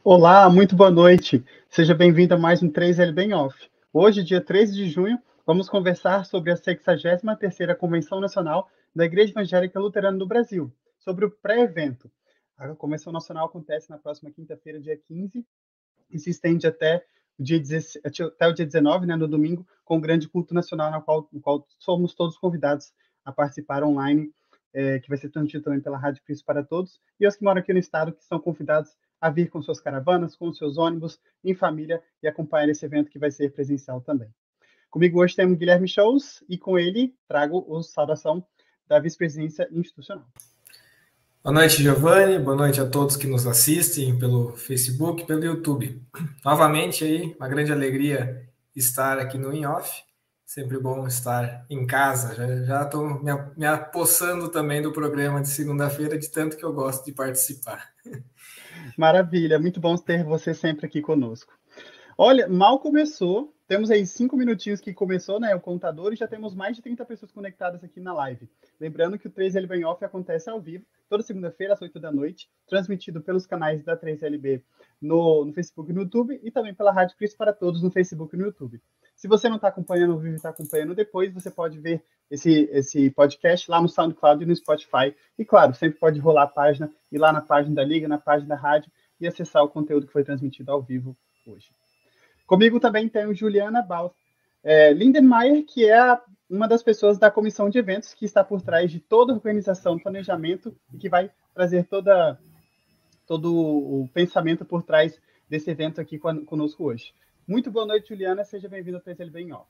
Olá, muito boa noite. Seja bem-vindo a mais um 3L Bem Off. Hoje, dia 13 de junho, vamos conversar sobre a 63ª Convenção Nacional da Igreja Evangélica Luterana do Brasil, sobre o pré-evento. A Convenção Nacional acontece na próxima quinta-feira, dia 15, e se estende até o dia 19, no domingo, com o grande culto nacional, no qual somos todos convidados a participar online, que vai ser transmitido também pela Rádio Cristo para Todos, e os que moram aqui no estado, que são convidados a vir com suas caravanas, com seus ônibus, em família, e acompanhar esse evento que vai ser presencial também. Comigo hoje temos Guilherme Shows, e com ele trago a saudação da vice-presidência institucional. Boa noite, Giovanni. Boa noite a todos que nos assistem pelo Facebook e pelo YouTube. Novamente, aí, uma grande alegria estar aqui no In-Off. Sempre bom estar em casa. Já estou me apossando também do programa de segunda-feira, de tanto que eu gosto de participar. Maravilha, muito bom ter você sempre aqui conosco. Olha, mal começou, temos aí 5 minutinhos que começou, né, o contador, e já temos mais de 30 pessoas conectadas aqui na live. Lembrando que o 3L Bem Off acontece ao vivo, toda segunda-feira às 8 da noite, transmitido pelos canais da 3LB no Facebook e no YouTube, e também pela Rádio Cristo para Todos no Facebook e no YouTube. Se você não está acompanhando ao vivo e está acompanhando depois, você pode ver esse podcast lá no SoundCloud e no Spotify. E claro, sempre pode rolar a página, ir lá na página da Liga, na página da rádio e acessar o conteúdo que foi transmitido ao vivo hoje. Comigo também tem o Juliana Lindenmayer, que é uma das pessoas da comissão de eventos que está por trás de toda a organização, planejamento e que vai trazer todo o pensamento por trás desse evento aqui conosco hoje. Muito boa noite, Juliana. Seja bem-vinda ao 3L Bem Off.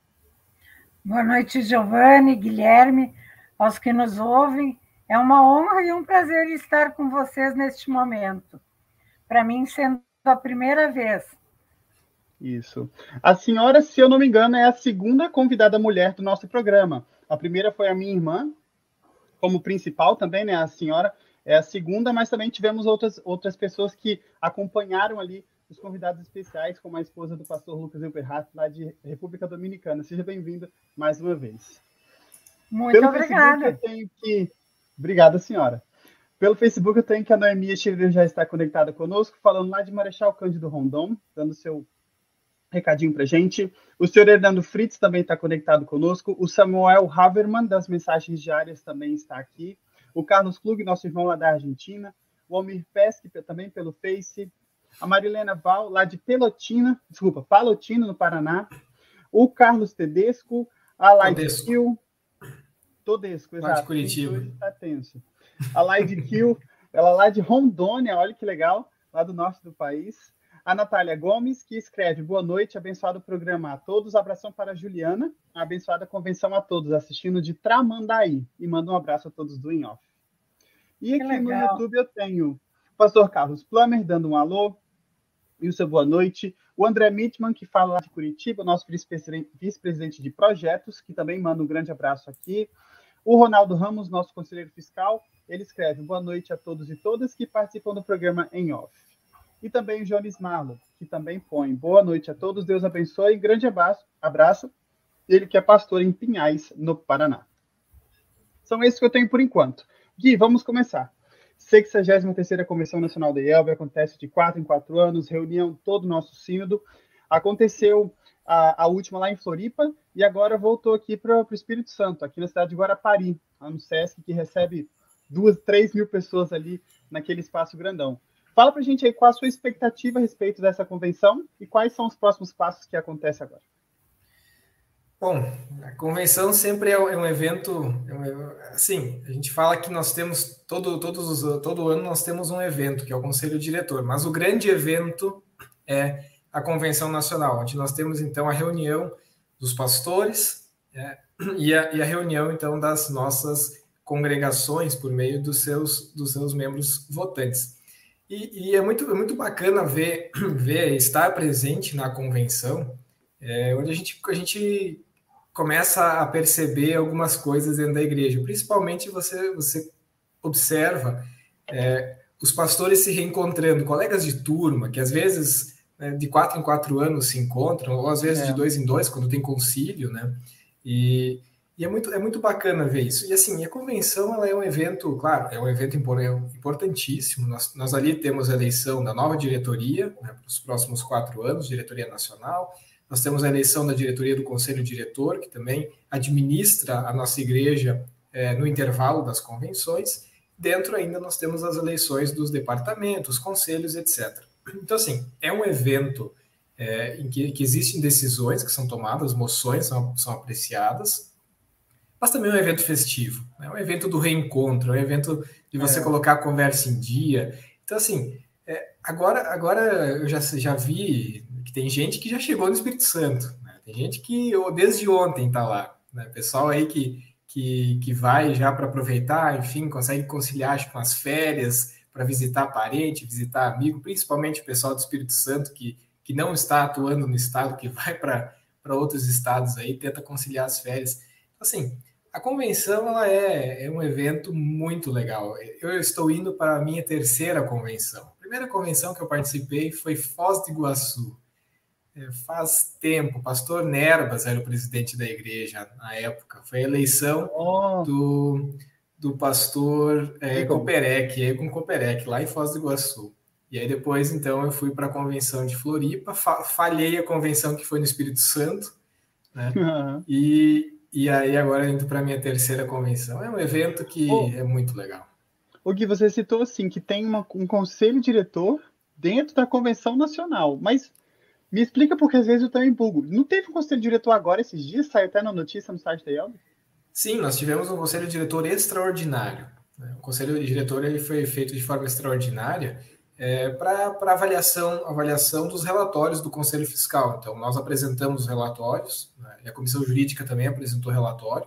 Boa noite, Giovanni, Guilherme, aos que nos ouvem. É uma honra e um prazer estar com vocês neste momento. Para mim, sendo a primeira vez. Isso. A senhora, se eu não me engano, é a segunda convidada mulher do nosso programa. A primeira foi a minha irmã, como principal também, né? A senhora é a segunda, mas também tivemos outras pessoas que acompanharam ali os convidados especiais, como a esposa do pastor Lucas Elberhardt, lá de República Dominicana. Seja bem-vinda mais uma vez. Muito obrigada. Obrigada, senhora. Pelo Facebook, eu tenho que a Noemia Schiller já está conectada conosco, falando lá de Marechal Cândido Rondon, dando seu recadinho para a gente. O senhor Hernando Fritz também está conectado conosco. O Samuel Haverman, das mensagens diárias, também está aqui. O Carlos Klug, nosso irmão lá da Argentina. O Almir Pesque, também pelo Face. A Marilena Val, lá de Palotino, no Paraná. O Carlos Tedesco. A Laide Kill. Todesco, exato. Lá de Curitiba. Está tenso. A Laide Kill, ela lá de Rondônia, olha que legal, lá do norte do país. A Natália Gomes, que escreve: boa noite, abençoado programa a todos. Abração para a Juliana, abençoada convenção a todos, assistindo de Tramandaí. E manda um abraço a todos do In-Off. E aqui no YouTube eu tenho o pastor Carlos Plummer, dando um alô, e o seu boa noite. O André Mitman, que fala lá de Curitiba, nosso vice-presidente de projetos, que também manda um grande abraço aqui. O Ronaldo Ramos, nosso conselheiro fiscal, ele escreve: boa noite a todos e todas que participam do programa In-Off. E também o Jones Marlon, que também põe: boa noite a todos, Deus abençoe, grande abraço. Ele que é pastor em Pinhais, no Paraná. São esses que eu tenho por enquanto. Gui, vamos começar. 63ª Convenção Nacional da IELB acontece de 4 em 4 anos, reunião todo o nosso sínodo. Aconteceu a última lá em Floripa e agora voltou aqui para o Espírito Santo, aqui na cidade de Guarapari, lá no SESC, que recebe 3 mil pessoas ali naquele espaço grandão. Fala para a gente aí qual a sua expectativa a respeito dessa convenção e quais são os próximos passos que acontecem agora. Bom, a convenção sempre é um evento, assim, a gente fala que nós temos, todo ano nós temos um evento, que é o Conselho Diretor, mas o grande evento é a Convenção Nacional, onde nós temos, então, a reunião dos pastores e a reunião, então, das nossas congregações por meio dos seus membros votantes. E é muito bacana ver estar presente na convenção, onde a gente começa a perceber algumas coisas dentro da igreja. Principalmente você observa os pastores se reencontrando, colegas de turma, que às vezes de 4 em 4 anos se encontram, ou às vezes de 2 em 2, quando tem concílio, né? E E é muito bacana ver isso. E assim, a convenção ela é um evento, claro, é um evento importantíssimo. Nós ali temos a eleição da nova diretoria, né, para os próximos 4 anos, diretoria nacional. Nós temos a eleição da diretoria do Conselho Diretor, que também administra a nossa igreja no intervalo das convenções. Dentro ainda nós temos as eleições dos departamentos, conselhos, etc. Então, assim, é um evento em que existem decisões que são tomadas, moções são apreciadas, mas também é um evento festivo, é um evento do reencontro, é um evento de você colocar a conversa em dia. Então, assim, agora eu já vi que tem gente que já chegou no Espírito Santo, né? Tem gente que desde ontem está lá, né? Pessoal aí que vai já para aproveitar, enfim, consegue conciliar acho, com as férias, para visitar parente, visitar amigo, principalmente o pessoal do Espírito Santo que não está atuando no estado, que vai para outros estados aí, tenta conciliar as férias. Assim, a convenção ela é um evento muito legal. Eu estou indo para a minha terceira convenção. A primeira convenção que eu participei foi Foz do Iguaçu. Faz tempo, o pastor Nerbas era o presidente da igreja na época. Foi a eleição do pastor Egon Koperek, lá em Foz do Iguaçu. E aí depois, então, eu fui para a convenção de Floripa, falhei a convenção que foi no Espírito Santo, né? Uhum. E aí agora indo para a minha terceira convenção. É um evento que é muito legal. O Gui, você citou assim que tem um conselho diretor dentro da convenção nacional, mas me explica porque às vezes eu também bugo. Não teve um conselho diretor agora esses dias? Saiu até na notícia no site da IELB? Sim, nós tivemos um conselho diretor extraordinário. O conselho diretor ele foi feito de forma extraordinária para avaliação dos relatórios do Conselho Fiscal. Então, nós apresentamos os relatórios, né, e a Comissão Jurídica também apresentou relatório,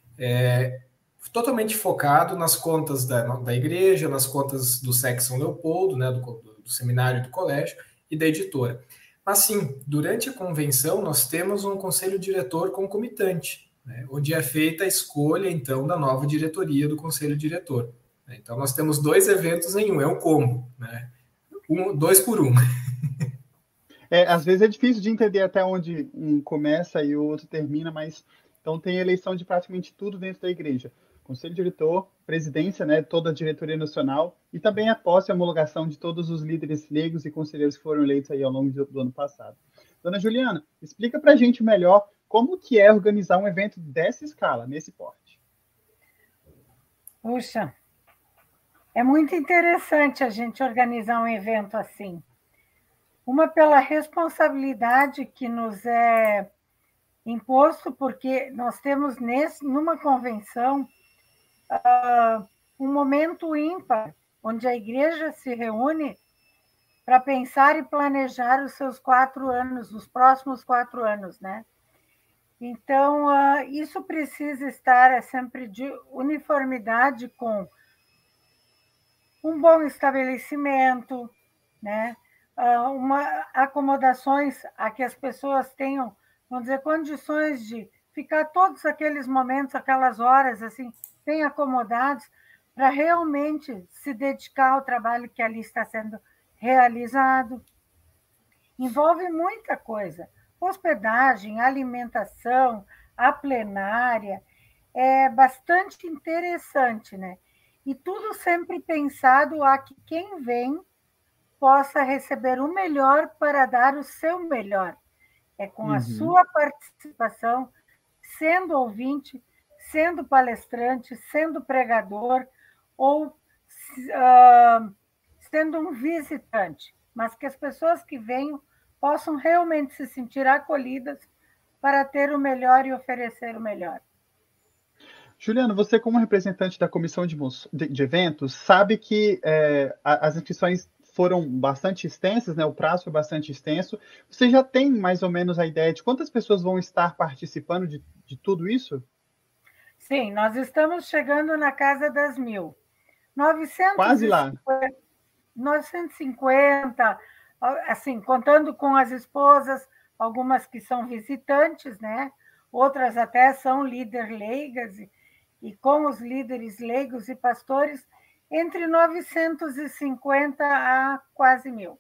totalmente focado nas contas da igreja, nas contas do SEC São Leopoldo, né, do seminário do colégio e da editora. Mas sim, durante a convenção nós temos um conselho diretor concomitante, né, onde é feita a escolha, então, da nova diretoria do conselho diretor. Então, nós temos 2 eventos em um, é um combo, né? 2 por 1. Às vezes é difícil de entender até onde um começa e o outro termina, mas então tem eleição de praticamente tudo dentro da igreja. Conselho diretor, presidência, né, toda a diretoria nacional e também a posse e homologação de todos os líderes leigos e conselheiros que foram eleitos aí ao longo do ano passado. Dona Juliana, explica para a gente melhor como que é organizar um evento dessa escala, nesse porte. Puxa, é muito interessante a gente organizar um evento assim. Uma pela responsabilidade que nos é imposto, porque nós temos numa convenção um momento ímpar, onde a igreja se reúne para pensar e planejar os seus 4 anos, os próximos 4 anos, né? Então, isso precisa estar sempre de uniformidade com um bom estabelecimento, né? Acomodações a que as pessoas tenham, vamos dizer, condições de ficar todos aqueles momentos, aquelas horas, assim, bem acomodados, para realmente se dedicar ao trabalho que ali está sendo realizado. Envolve muita coisa. Hospedagem, alimentação, a plenária, é bastante interessante, né? E tudo sempre pensado a que quem vem possa receber o melhor para dar o seu melhor. É com a sua participação, sendo ouvinte, sendo palestrante, sendo pregador ou sendo um visitante, mas que as pessoas que venham possam realmente se sentir acolhidas para ter o melhor e oferecer o melhor. Juliano, você como representante da comissão de eventos, sabe que as inscrições foram bastante extensas, né? O prazo foi bastante extenso. Você já tem mais ou menos a ideia de quantas pessoas vão estar participando de tudo isso? Sim, nós estamos chegando na casa das 1.000. Quase lá. 950, assim, contando com as esposas, algumas que são visitantes, né? Outras até são líderes leigas, e com os líderes leigos e pastores, entre 950 a quase 1.000.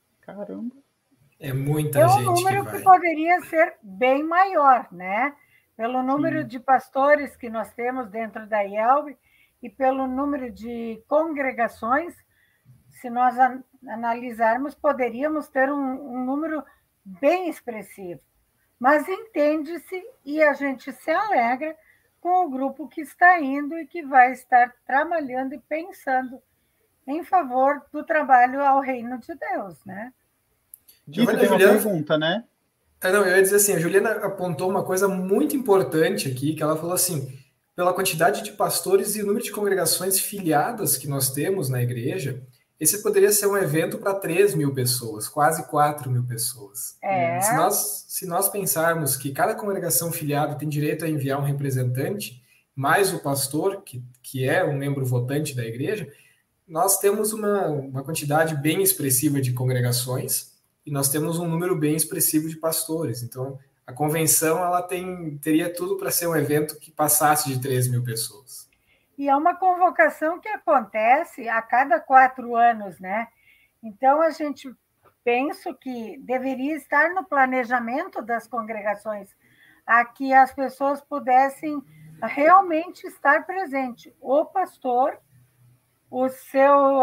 Caramba! É muita gente. É um número que poderia ser bem maior, né? pelo número de pastores que nós temos dentro da IELB e pelo número de congregações, se nós analisarmos, poderíamos ter um número bem expressivo. Mas entende-se e a gente se alegra com o grupo que está indo e que vai estar trabalhando e pensando em favor do trabalho ao reino de Deus, né? Dito, tem uma pergunta, né? Não, eu ia dizer assim, a Juliana apontou uma coisa muito importante aqui, que ela falou assim, pela quantidade de pastores e o número de congregações filiadas que nós temos na igreja, esse poderia ser um evento para 3.000 pessoas, quase 4.000 pessoas. Se nós pensarmos que cada congregação filiada tem direito a enviar um representante, mais o pastor, que é um membro votante da igreja, nós temos uma quantidade bem expressiva de congregações e nós temos um número bem expressivo de pastores. Então, a convenção ela teria tudo para ser um evento que passasse de 3.000 pessoas. E é uma convocação que acontece a cada 4 anos, né? Então, a gente pensa que deveria estar no planejamento das congregações, a que as pessoas pudessem realmente estar presentes. O pastor, o seu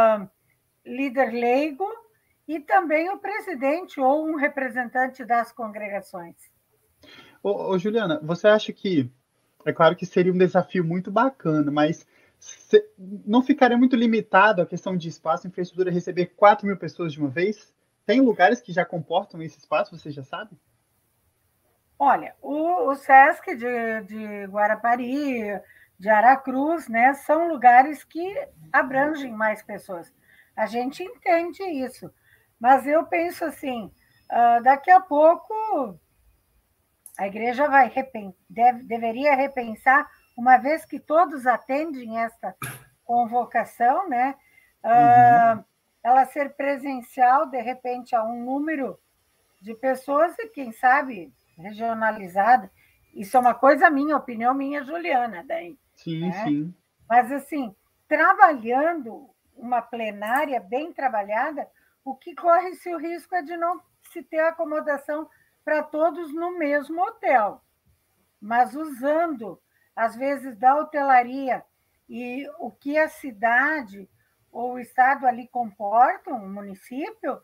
líder leigo e também o presidente ou um representante das congregações. Ô, Juliana, você acha que, é claro que seria um desafio muito bacana, mas não ficaria muito limitado a questão de espaço, infraestrutura, receber 4.000 pessoas de uma vez? Tem lugares que já comportam esse espaço, você já sabe? Olha, o SESC de Guarapari, de Aracruz, né, são lugares que abrangem mais pessoas. A gente entende isso. Mas eu penso assim, daqui a pouco a igreja deveria repensar, uma vez que todos atendem essa convocação, né? Ela ser presencial, de repente, a um número de pessoas e, quem sabe, regionalizada. Isso é uma coisa minha, opinião minha, Juliana, daí. Sim, né? Sim. Mas, assim, trabalhando uma plenária bem trabalhada, o que corre-se o risco é de não se ter acomodação para todos no mesmo hotel. Mas usando, às vezes, da hotelaria e o que a cidade ou o estado ali comportam, o município,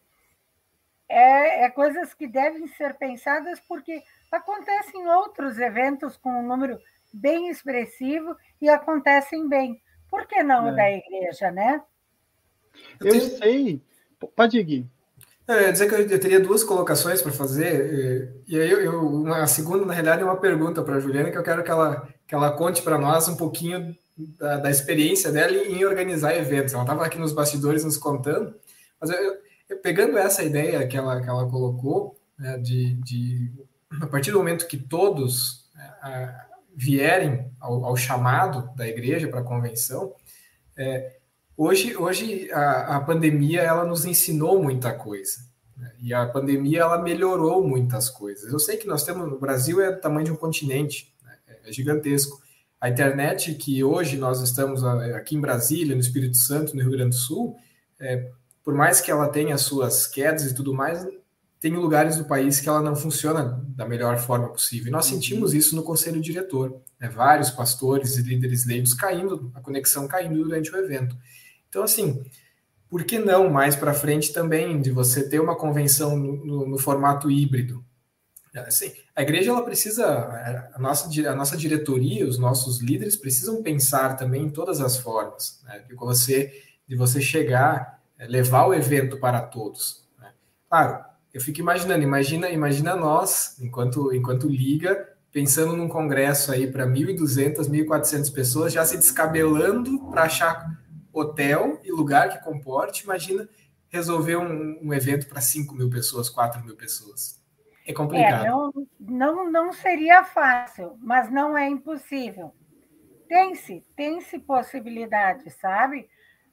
é coisas que devem ser pensadas, porque acontecem outros eventos com um número bem expressivo e acontecem bem. Por que não da igreja, né? Eu sei. Pode ir, Gui. Eu ia dizer que eu teria 2 colocações para fazer, e aí a segunda, na realidade, é uma pergunta para a Juliana, que eu quero que ela conte para nós um pouquinho da experiência dela em organizar eventos. Ela estava aqui nos bastidores nos contando, mas pegando essa ideia que ela colocou, né, a partir do momento que todos vierem ao chamado da igreja para a convenção, Hoje a pandemia ela nos ensinou muita coisa, né? E a pandemia ela melhorou muitas coisas. Eu sei que nós temos no Brasil é do tamanho de um continente, né? É gigantesco. A internet que hoje nós estamos aqui em Brasília, no Espírito Santo, no Rio Grande do Sul, por mais que ela tenha suas quedas e tudo mais, tem lugares do país que ela não funciona da melhor forma possível. E nós sentimos isso no conselho diretor, né? Vários pastores e líderes leigos caindo, a conexão caindo durante o evento. Então, assim, por que não mais para frente também de você ter uma convenção no formato híbrido? Assim, a igreja ela precisa, a nossa diretoria, os nossos líderes precisam pensar também em todas as formas, né, de você chegar, levar o evento para todos, né? Claro, eu fico imaginando, imagina nós, enquanto liga, pensando num congresso aí para 1.200, 1.400 pessoas, já se descabelando para achar hotel e lugar que comporte. Imagina resolver um evento para 5.000 pessoas, 4.000 pessoas. É complicado. Não seria fácil, mas não é impossível. Tem-se possibilidade, sabe?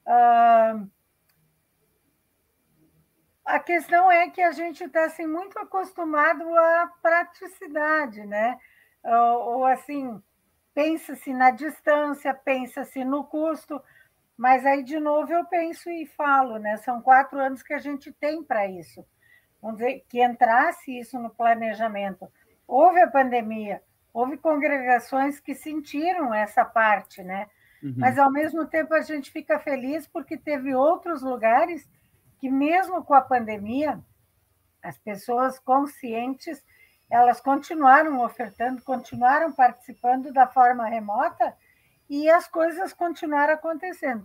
A questão é que a gente está assim, muito acostumado à praticidade, né? Ou assim, pensa-se na distância, pensa-se no custo, mas aí, de novo, eu penso e falo, né? São 4 anos que a gente tem para isso. Vamos dizer, que entrasse isso no planejamento. Houve a pandemia, houve congregações que sentiram essa parte, né? Uhum. Mas, ao mesmo tempo, a gente fica feliz porque teve outros lugares que, mesmo com a pandemia, as pessoas conscientes, elas continuaram ofertando, continuaram participando da forma remota e as coisas continuaram acontecendo.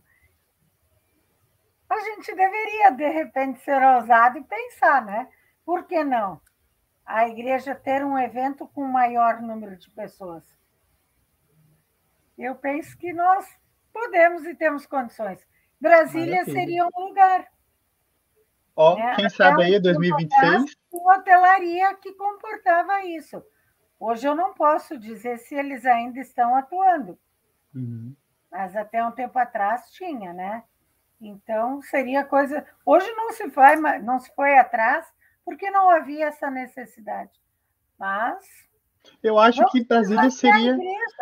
A gente deveria, de repente, ser ousado e pensar, né? Por que não? A igreja ter um evento com maior número de pessoas. Eu penso que nós podemos e temos condições. Brasília Maravilha. seria um lugar. Ó, Né? quem Até sabe aí, um tempo 2026. atrás, tinha hotelaria que comportava isso. Hoje eu não posso dizer se eles ainda estão atuando. Uhum. Mas até um tempo atrás tinha, né? Então, seria coisa... Hoje não se foi atrás, porque não havia essa necessidade. Mas... Eu acho que Brasília seria...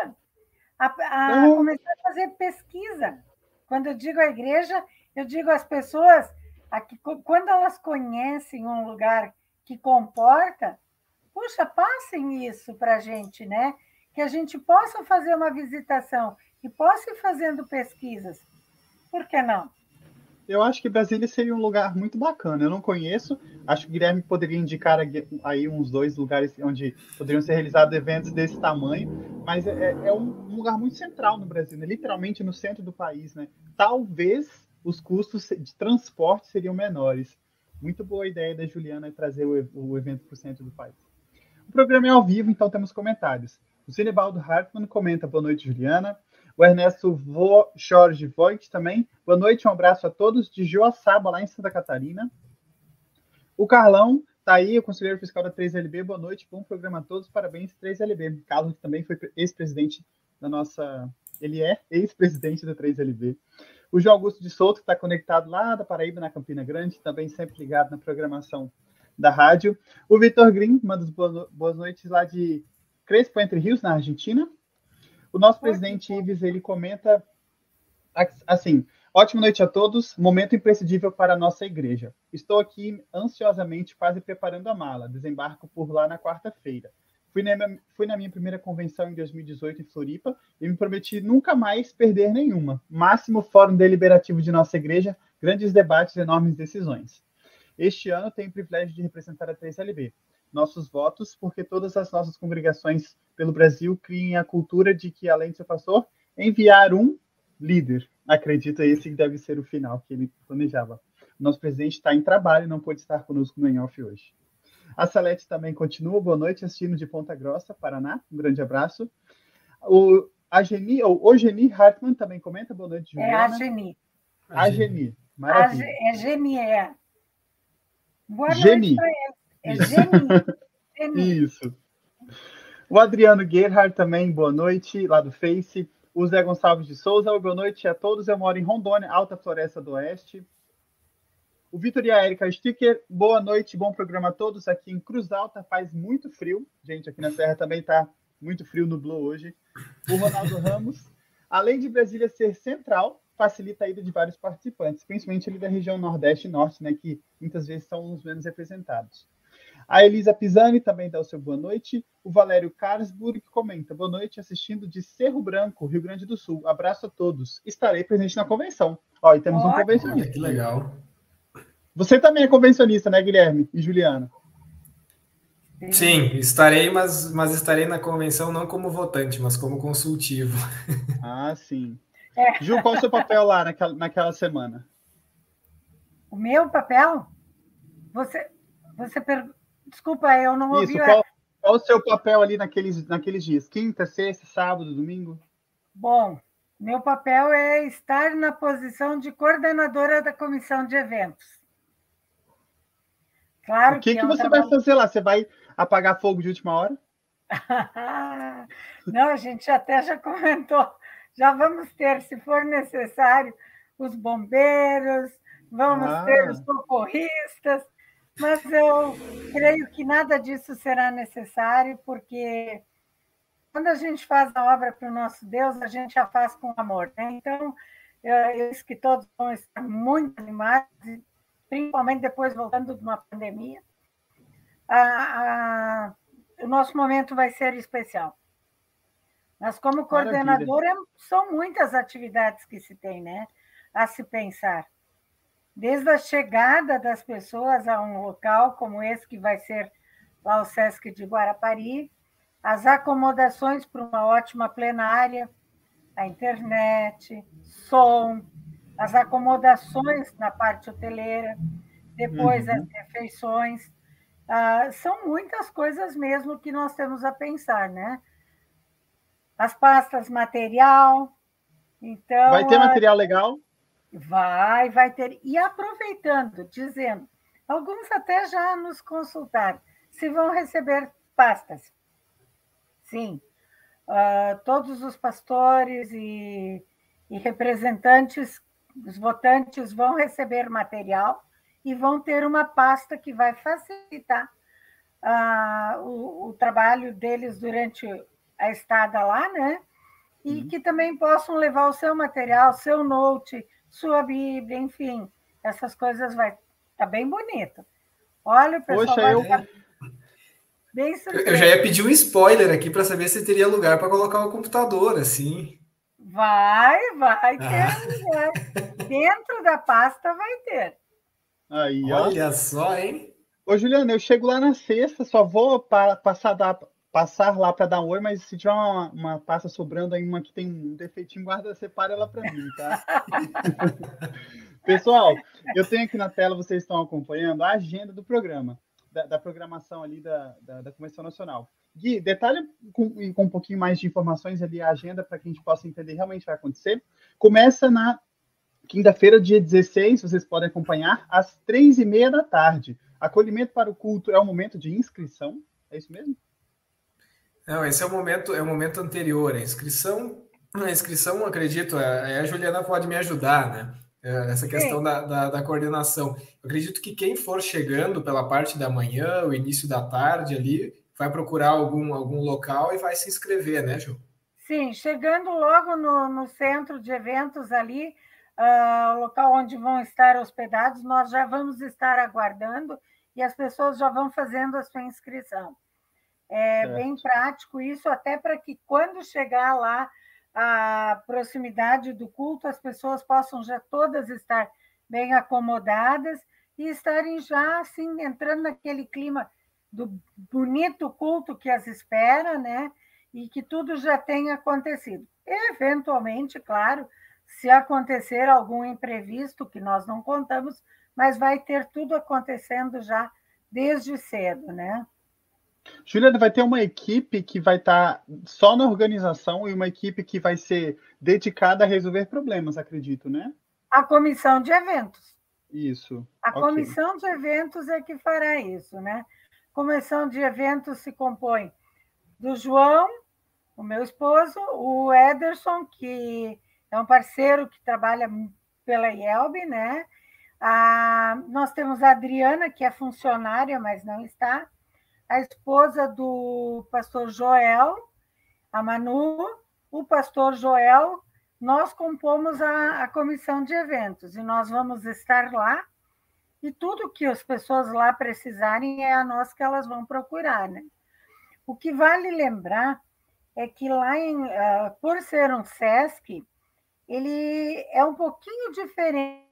começar a fazer pesquisa. Quando eu digo a igreja, eu digo às pessoas, quando elas conhecem um lugar que comporta, puxa, passem isso para a gente, né? Que a gente possa fazer uma visitação e possa ir fazendo pesquisas. Por que não? Eu acho que Brasília seria um lugar muito bacana. Eu não conheço, acho que o Guilherme poderia indicar aí uns 2 lugares onde poderiam ser realizados eventos desse tamanho, mas é um lugar muito central no Brasil, né? Literalmente no centro do país, né? Talvez os custos de transporte seriam menores. Muito boa ideia da Juliana trazer o evento para o centro do país. O programa é ao vivo, então temos comentários. O Cinebaldo Hartmann comenta: boa noite, Juliana. O Ernesto Jorge Voigt também. Boa noite, um abraço a todos de Joaçaba, lá em Santa Catarina. O Carlão está aí, o conselheiro fiscal da 3LB. Boa noite, bom programa a todos. Parabéns, 3LB. Carlos também foi ex-presidente da nossa... Ele é ex-presidente da 3LB. O João Augusto de Souto, que está conectado lá da Paraíba, na Campina Grande, também sempre ligado na programação da rádio. O Vitor Green manda boas noites lá de Crespo Entre Rios, na Argentina. O nosso presidente Ives, ele comenta assim: ótima noite a todos, momento imprescindível para a nossa igreja. Estou aqui ansiosamente quase preparando a mala, desembarco por lá na quarta-feira. Fui na minha primeira convenção em 2018 em Floripa e me prometi nunca mais perder nenhuma. Máximo fórum deliberativo de nossa igreja, grandes debates, enormes decisões. Este ano tenho o privilégio de representar a 3LB. Nossos votos, porque todas as nossas congregações pelo Brasil criem a cultura de que, além de seu pastor, enviar um líder. Acredito, esse deve ser o final que ele planejava. O nosso presidente está em trabalho e não pôde estar conosco no Em-Off hoje. A Salete também continua. Boa noite, assistindo de Ponta Grossa, Paraná. Um grande abraço. O Geni Hartmann também comenta. Boa noite, Juliana. É a Geni. A Geni. Maravilha. É Geni, é. Boa Geni. noite para ele. É Geni. Isso. O Adriano Gerhard também, boa noite, lá do Face. O Zé Gonçalves de Souza, boa noite a todos. Eu moro em Rondônia, Alta Floresta do Oeste. O Vitor e a Erika Sticker, boa noite, bom programa a todos. Aqui em Cruz Alta faz muito frio. Gente, aqui na Serra também está muito frio, nublou hoje. O Ronaldo Ramos, além de Brasília ser central, facilita a ida de vários participantes, principalmente ali da região Nordeste e Norte, né, que muitas vezes são os menos representados. A Elisa Pisani também dá o seu boa noite. O Valério Carlsburg comenta: boa noite, assistindo de Cerro Branco, Rio Grande do Sul. Abraço a todos. Estarei presente na convenção. Ó, e temos um convencionista. Que legal. Você também é convencionista, né, Guilherme e Juliana? Sim, estarei, mas estarei na convenção não como votante, mas como consultivo. Ah, sim. Ju, qual é o seu papel lá naquela semana? O meu papel? Desculpa, eu não ouvi. Isso, qual o seu papel ali naqueles dias? Quinta, sexta, sábado, domingo? Bom, meu papel é estar na posição de coordenadora da comissão de eventos. Claro o que você vai fazer lá? Você vai apagar fogo de última hora? Não, a gente até já comentou. Já vamos ter, se for necessário, os bombeiros, vamos ter os socorristas, mas eu creio que nada disso será necessário, porque quando a gente faz a obra para o nosso Deus, a gente a faz com amor, né? Então, eu acho que todos vão estar muito animados, principalmente depois voltando de uma pandemia. O nosso momento vai ser especial. Mas como coordenadora, são muitas atividades que se tem, né, a se pensar. Desde a chegada das pessoas a um local como esse, que vai ser lá o Sesc de Guarapari, as acomodações para uma ótima plenária, a internet, som, as acomodações na parte hoteleira, depois as refeições. São muitas coisas mesmo que nós temos a pensar, né? As pastas, material. Então, vai ter material legal? Vai ter. E aproveitando, dizendo, alguns até já nos consultaram, se vão receber pastas. Sim, todos os pastores e representantes, os votantes vão receber material e vão ter uma pasta que vai facilitar o trabalho deles durante a estada lá, né? E que também possam levar o seu material, seu note, sua Bíblia, enfim, essas coisas vai estar bem bonito. Olha, o pessoal vai ficar bem surpreso. Eu já ia pedir um spoiler aqui para saber se teria lugar para colocar o computador, assim. Vai ter lugar. Dentro da pasta vai ter. Aí, olha só, hein? Ô, Juliana, eu chego lá na sexta, só vou passar lá para dar um oi, mas se tiver uma pasta sobrando aí, uma que tem um defeitinho, guarda, separa ela para mim, tá? Pessoal, eu tenho aqui na tela, vocês estão acompanhando, a agenda do programa, da programação ali da Convenção Nacional. Gui, detalhe com um pouquinho mais de informações ali a agenda para que a gente possa entender realmente o que vai acontecer. Começa na quinta-feira, dia 16, vocês podem acompanhar, às 3h30 da tarde. Acolhimento para o culto é o momento de inscrição, é isso mesmo? Não, esse é o momento anterior. A inscrição, acredito, a Juliana pode me ajudar, né? Essa questão da coordenação. Eu acredito que quem for chegando pela parte da manhã, o início da tarde ali, vai procurar algum local e vai se inscrever, né, Ju? Sim, chegando logo no centro de eventos ali, local onde vão estar hospedados, nós já vamos estar aguardando e as pessoas já vão fazendo a sua inscrição. É bem prático isso, até para que quando chegar lá a proximidade do culto, as pessoas possam já todas estar bem acomodadas e estarem já assim entrando naquele clima do bonito culto que as espera, né? E que tudo já tenha acontecido. Eventualmente, claro, se acontecer algum imprevisto, que nós não contamos, mas vai ter tudo acontecendo já desde cedo, né? Juliana, vai ter uma equipe que vai estar só na organização e uma equipe que vai ser dedicada a resolver problemas, acredito, né? A comissão de eventos. Isso. A comissão de eventos é que fará isso, né? Comissão de eventos se compõe do João, o meu esposo, o Ederson, que é um parceiro que trabalha pela IELB, né? Nós temos a Adriana, que é funcionária, mas não está, a esposa do pastor Joel, a Manu, o pastor Joel, nós compomos a comissão de eventos e nós vamos estar lá e tudo que as pessoas lá precisarem é a nós que elas vão procurar, né? O que vale lembrar é que lá, por ser um SESC, ele é um pouquinho diferente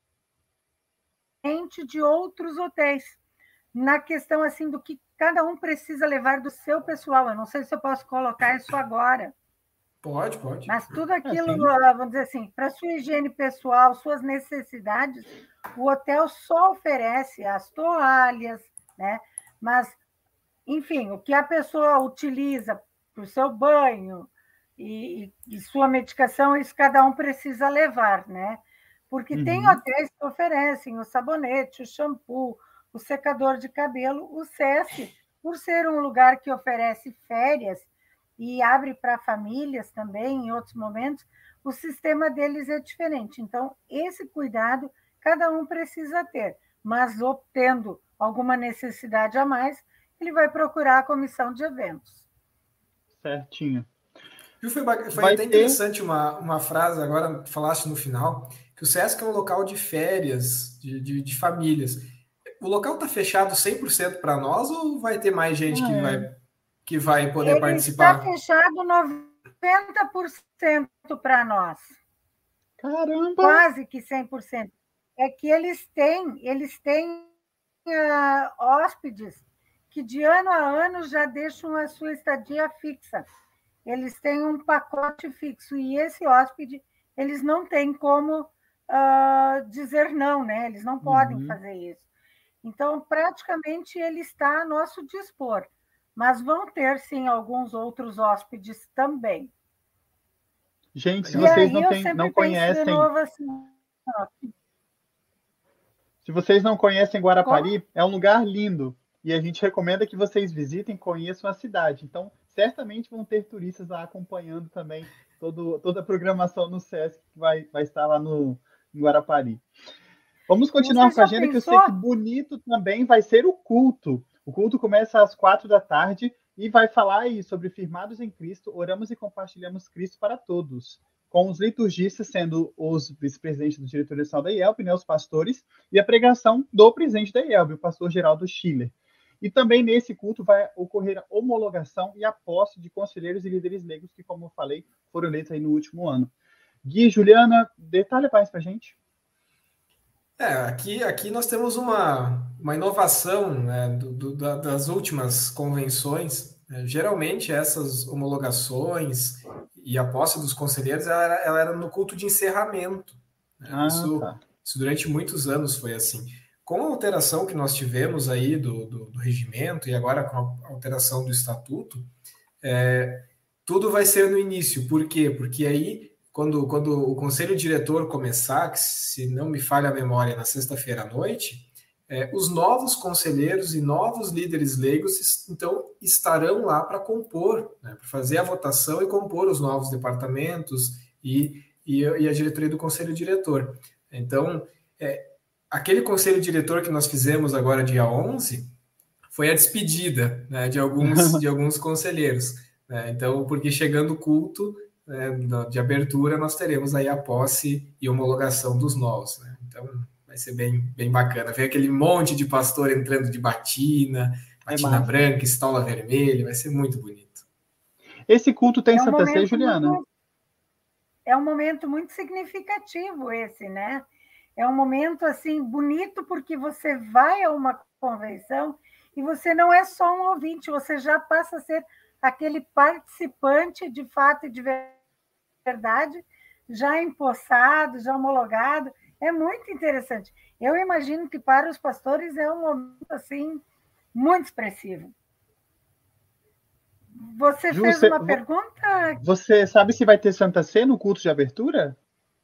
de outros hotéis, na questão assim do que cada um precisa levar do seu pessoal. Eu não sei se eu posso colocar isso agora. Pode. Mas tudo aquilo, vamos dizer assim, para sua higiene pessoal, suas necessidades, o hotel só oferece as toalhas, né? Mas, enfim, o que a pessoa utiliza para o seu banho e sua medicação, isso cada um precisa levar, né? Porque tem hotéis que oferecem o sabonete, o shampoo, o secador de cabelo. O SESC, por ser um lugar que oferece férias e abre para famílias também em outros momentos, o sistema deles é diferente. Então, esse cuidado cada um precisa ter, mas obtendo alguma necessidade a mais, ele vai procurar a comissão de eventos. Certinho. Foi até interessante uma frase, agora falaste no final, que o SESC é um local de férias, de famílias. O local está fechado 100% para nós ou vai ter mais gente que vai poder participar? Está fechado 90% para nós. Caramba! Quase que 100%. É que eles têm hóspedes que de ano a ano já deixam a sua estadia fixa. Eles têm um pacote fixo e esse hóspede, eles não têm como dizer não, né? Eles não podem fazer isso. Então, praticamente, ele está a nosso dispor. Mas vão ter, sim, alguns outros hóspedes também. Gente, se vocês não conhecem... De novo, assim, se vocês não conhecem Guarapari, é um lugar lindo. E a gente recomenda que vocês visitem, conheçam a cidade. Então, certamente vão ter turistas lá acompanhando também toda a programação no Sesc que vai estar lá em Guarapari. Vamos continuar com a agenda, que eu sei que bonito também vai ser o culto. O culto começa às 4h e vai falar aí sobre firmados em Cristo, oramos e compartilhamos Cristo para todos, com os liturgistas sendo os vice-presidentes do diretorio nacional da IELB, né, os pastores, e a pregação do presidente da IELB, o pastor Geraldo Schiller. E também nesse culto vai ocorrer a homologação e a posse de conselheiros e líderes leigos que, como eu falei, foram eleitos aí no último ano. Gui, Juliana, detalhe mais para a gente. Aqui nós temos uma inovação, né, das últimas convenções. Geralmente essas homologações e a posse dos conselheiros ela era no culto de encerramento. Né? Isso durante muitos anos foi assim. Com a alteração que nós tivemos aí do regimento e agora com a alteração do estatuto, tudo vai ser no início. Por quê? Porque aí quando o conselho diretor começar, que se não me falha a memória, na sexta-feira à noite, os novos conselheiros e novos líderes leigos então estarão lá para compor, né, para fazer a votação e compor os novos departamentos e a diretoria do conselho diretor. Então, aquele conselho diretor que nós fizemos agora dia 11 foi a despedida, né, de alguns conselheiros. Né? Então, porque chegando o culto de abertura, nós teremos aí a posse e homologação dos novos. Né? Então, vai ser bem, bem bacana. Ver aquele monte de pastor entrando de batina branca, estola vermelha, vai ser muito bonito. Esse culto tem Santa Sé, Juliana? É um momento muito significativo esse, né? É um momento, assim, bonito, porque você vai a uma convenção e você não é só um ouvinte, você já passa a ser aquele participante de fato e de verdade, já empossado, já homologado. É muito interessante. Eu imagino que para os pastores é um momento assim muito expressivo. Você fez uma pergunta? Você sabe se vai ter Santa Sé no culto de abertura?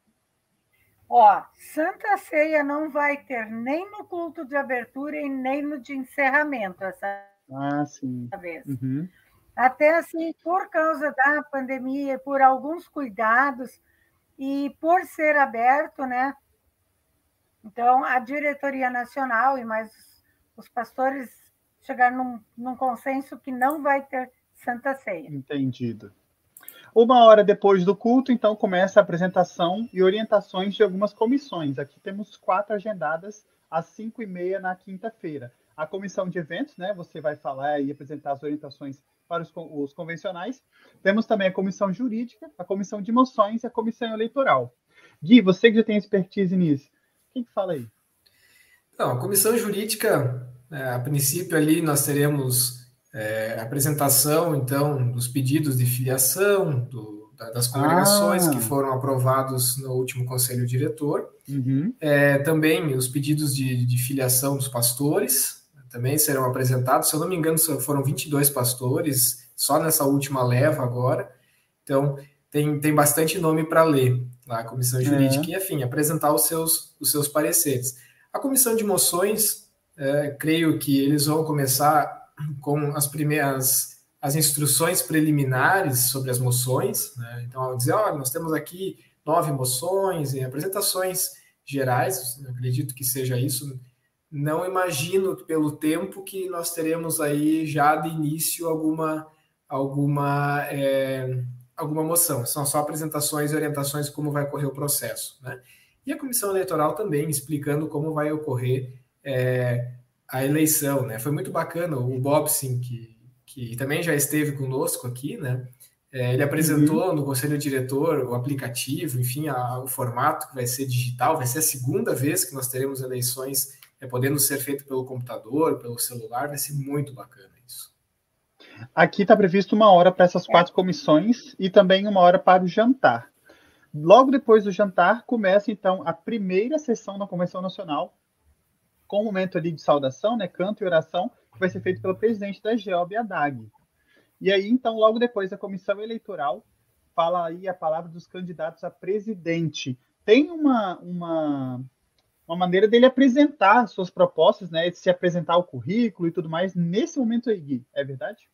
Santa Ceia não vai ter nem no culto de abertura e nem no de encerramento essa vez. Uhum. Até assim, por causa da pandemia, por alguns cuidados e por ser aberto, né? Então, a diretoria nacional e mais os pastores chegaram num consenso que não vai ter Santa Ceia. Entendido. 1h depois do culto, então, começa a apresentação e orientações de algumas comissões. Aqui temos 4 agendadas às 5h30 na quinta-feira. A comissão de eventos, né? Você vai falar e apresentar as orientações para os convencionais. Temos também a comissão jurídica, a comissão de moções e a comissão eleitoral. Gui, você que já tem expertise nisso, quem que fala aí? Então, a comissão jurídica, a princípio ali nós teremos a apresentação, então, dos pedidos de filiação, das congregações que foram aprovados no último conselho diretor. Uhum. Também os pedidos de filiação dos pastores também serão apresentados. Se eu não me engano, foram 22 pastores, só nessa última leva agora. Então, tem bastante nome para ler lá, a comissão jurídica, e, enfim, apresentar os seus pareceres. A comissão de moções, creio que eles vão começar com as instruções preliminares sobre as moções, né? Então, ao dizer, nós temos aqui 9 moções e apresentações gerais, acredito que seja isso. Não imagino pelo tempo que nós teremos aí já de início alguma moção. São só apresentações e orientações de como vai ocorrer o processo, né? E a comissão eleitoral também explicando como vai ocorrer a eleição, né? Foi muito bacana o Bobson, que também já esteve conosco aqui, né? Ele apresentou no Conselho Diretor o aplicativo, enfim, o formato que vai ser digital, vai ser a segunda vez que nós teremos eleições podendo ser feito pelo computador, pelo celular, vai ser muito bacana isso. Aqui está previsto 1 hora para essas 4 comissões e também 1 hora para o jantar. Logo depois do jantar, começa, então, a primeira sessão da Convenção Nacional, com um momento ali de saudação, né, canto e oração, que vai ser feito pelo presidente da GEOB, Haddad. E aí, então, logo depois, a comissão eleitoral fala aí a palavra dos candidatos a presidente. Tem uma maneira dele apresentar suas propostas, né, de se apresentar o currículo e tudo mais, nesse momento aí, Gui, é verdade?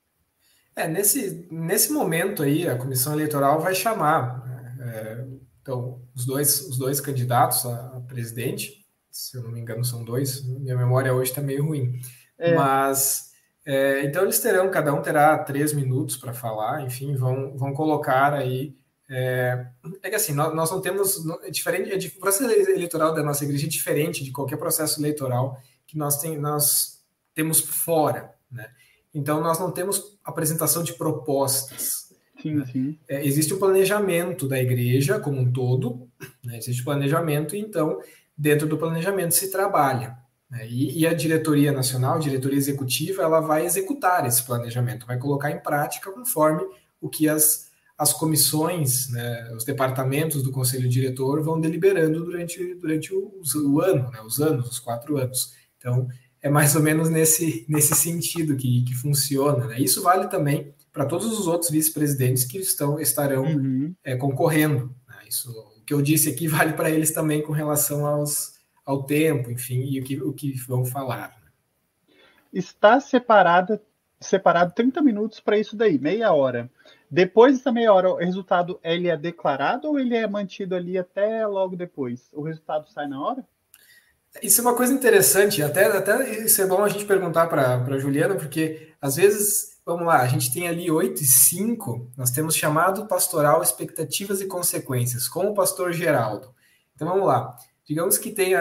Nesse momento aí, a comissão eleitoral vai chamar então, os dois candidatos a presidente, se eu não me engano são 2, minha memória hoje está meio ruim, mas então eles terão, cada um terá 3 minutos para falar, enfim, vão colocar aí, que assim, nós não temos, o processo eleitoral da nossa igreja é diferente de qualquer processo eleitoral que nós temos fora, né? Então, nós não temos apresentação de propostas. Sim, né? Sim. Existe o planejamento da igreja como um todo, né? Existe o planejamento, e então, dentro do planejamento se trabalha. Né? E a diretoria nacional, a diretoria executiva, ela vai executar esse planejamento, vai colocar em prática conforme o que as comissões, né, os departamentos do Conselho Diretor vão deliberando durante o ano, né, os 4 anos. Então, é mais ou menos nesse sentido que funciona. Né? Isso vale também para todos os outros vice-presidentes que estarão concorrendo. Né? Isso, o que eu disse aqui vale para eles também com relação ao tempo, enfim, e o que vão falar. Né? Está separado 30 minutos para isso daí, meia hora. Depois dessa meia hora, o resultado ele é declarado ou ele é mantido ali até logo depois? O resultado sai na hora? Isso é uma coisa interessante, até isso é bom a gente perguntar para a Juliana, porque às vezes, vamos lá, a gente tem ali 8h05, nós temos chamado pastoral expectativas e consequências, com o pastor Geraldo. Então vamos lá, digamos que tem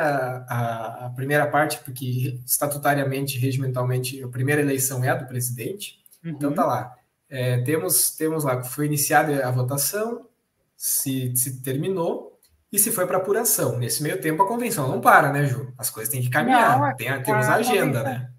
a primeira parte, porque estatutariamente, regimentalmente, a primeira eleição é a do presidente, então tá lá, temos lá, foi iniciada a votação, se terminou, e se foi para apuração. Nesse meio tempo, a convenção não para, né, Ju? As coisas têm que caminhar. Temos a agenda, né?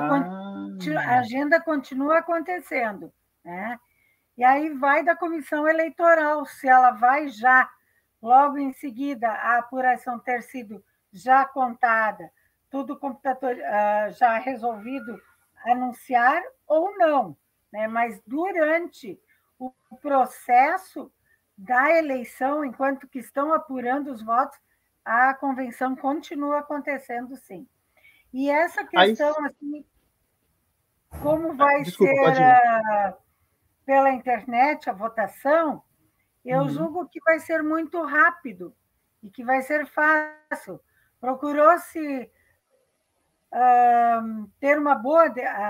A agenda continua acontecendo, né? E aí vai da comissão eleitoral, se ela vai já, logo em seguida, a apuração ter sido já contada, tudo já resolvido, anunciar ou não, né? Mas durante o processo da eleição, enquanto que estão apurando os votos, a convenção continua acontecendo, sim. E essa questão, assim, como vai ser pela internet a votação, eu julgo que vai ser muito rápido e que vai ser fácil. Procurou-se ter uma boa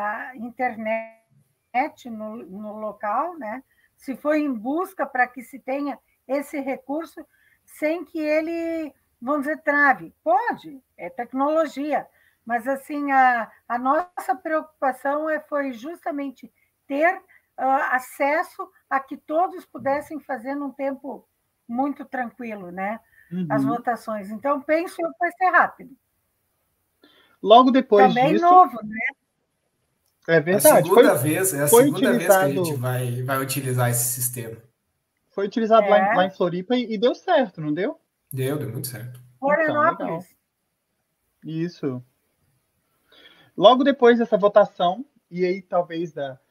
internet no local, né? Se foi em busca para que se tenha esse recurso sem que ele, vamos dizer, trave. Pode, é tecnologia, mas assim, a nossa preocupação foi justamente ter acesso a que todos pudessem fazer num tempo muito tranquilo, né? As votações. Então, penso que vai ser rápido. Logo depois também disso... novo, né? É verdade. É a segunda vez que a gente vai utilizar esse sistema. Foi utilizado lá em Floripa e deu certo, não deu? Deu muito certo. Florianópolis. Então, isso. Logo depois dessa votação, e aí talvez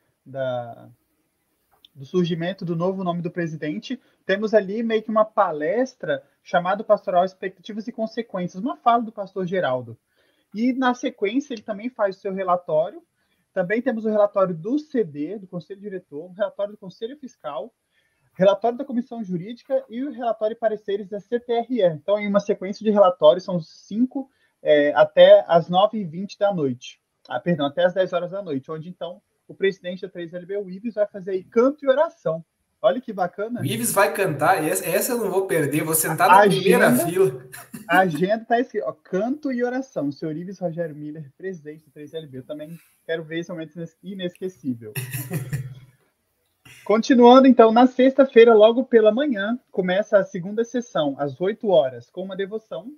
do surgimento do novo nome do presidente, temos ali meio que uma palestra chamada Pastoral Expectativas e Consequências, uma fala do pastor Geraldo. E na sequência ele também faz o seu relatório. Também temos o relatório do CD, do Conselho Diretor, o relatório do Conselho Fiscal, relatório da Comissão Jurídica e o relatório e pareceres da CTRE. Então, em uma sequência de relatórios, são 5 até as 9h20 da noite. Até as 10 horas da noite, onde, então, o presidente da 3LB, o Ives, vai fazer aí canto e oração. Olha que bacana. O Ives vai cantar, essa eu não vou perder, vou sentar na primeira fila. A agenda está escrita, canto e oração. O senhor Ives Rogério Miller, presidente do 3LB. Eu também quero ver esse momento inesquecível. Continuando, então, na sexta-feira, logo pela manhã, começa a segunda sessão, às 8 horas, com uma devoção.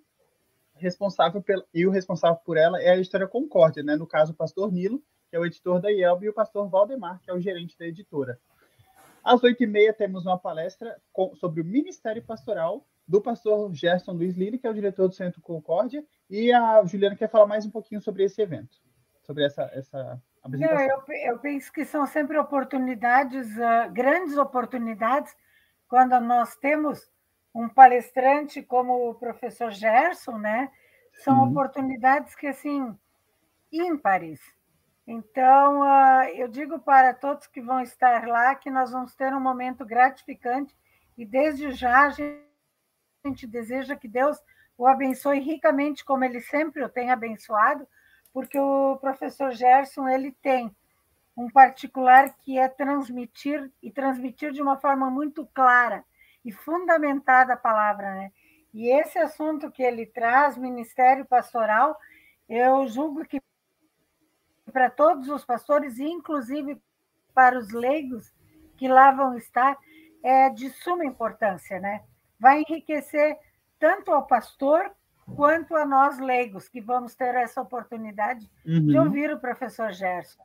E o responsável por ela é a editora Concórdia, né? No caso, o pastor Nilo, que é o editor da IELB, e o pastor Valdemar, que é o gerente da editora. Às 8h30, temos uma palestra sobre o Ministério Pastoral do pastor Gerson Luiz Lille, que é o diretor do Centro Concórdia, e a Juliana quer falar mais um pouquinho sobre esse evento, sobre essa apresentação. Eu penso que são sempre oportunidades, grandes oportunidades, quando nós temos um palestrante como o professor Gerson, né? São oportunidades que, assim, ímpares. Então, eu digo para todos que vão estar lá que nós vamos ter um momento gratificante e, desde já, a gente deseja que Deus o abençoe ricamente, como ele sempre o tem abençoado, porque o professor Gerson ele tem um particular que é transmitir de uma forma muito clara e fundamentada a palavra, né? E esse assunto que ele traz, ministério pastoral, eu julgo que para todos os pastores, inclusive para os leigos que lá vão estar, é de suma importância, né? Vai enriquecer tanto ao pastor quanto a nós leigos, que vamos ter essa oportunidade de ouvir o professor Gerson.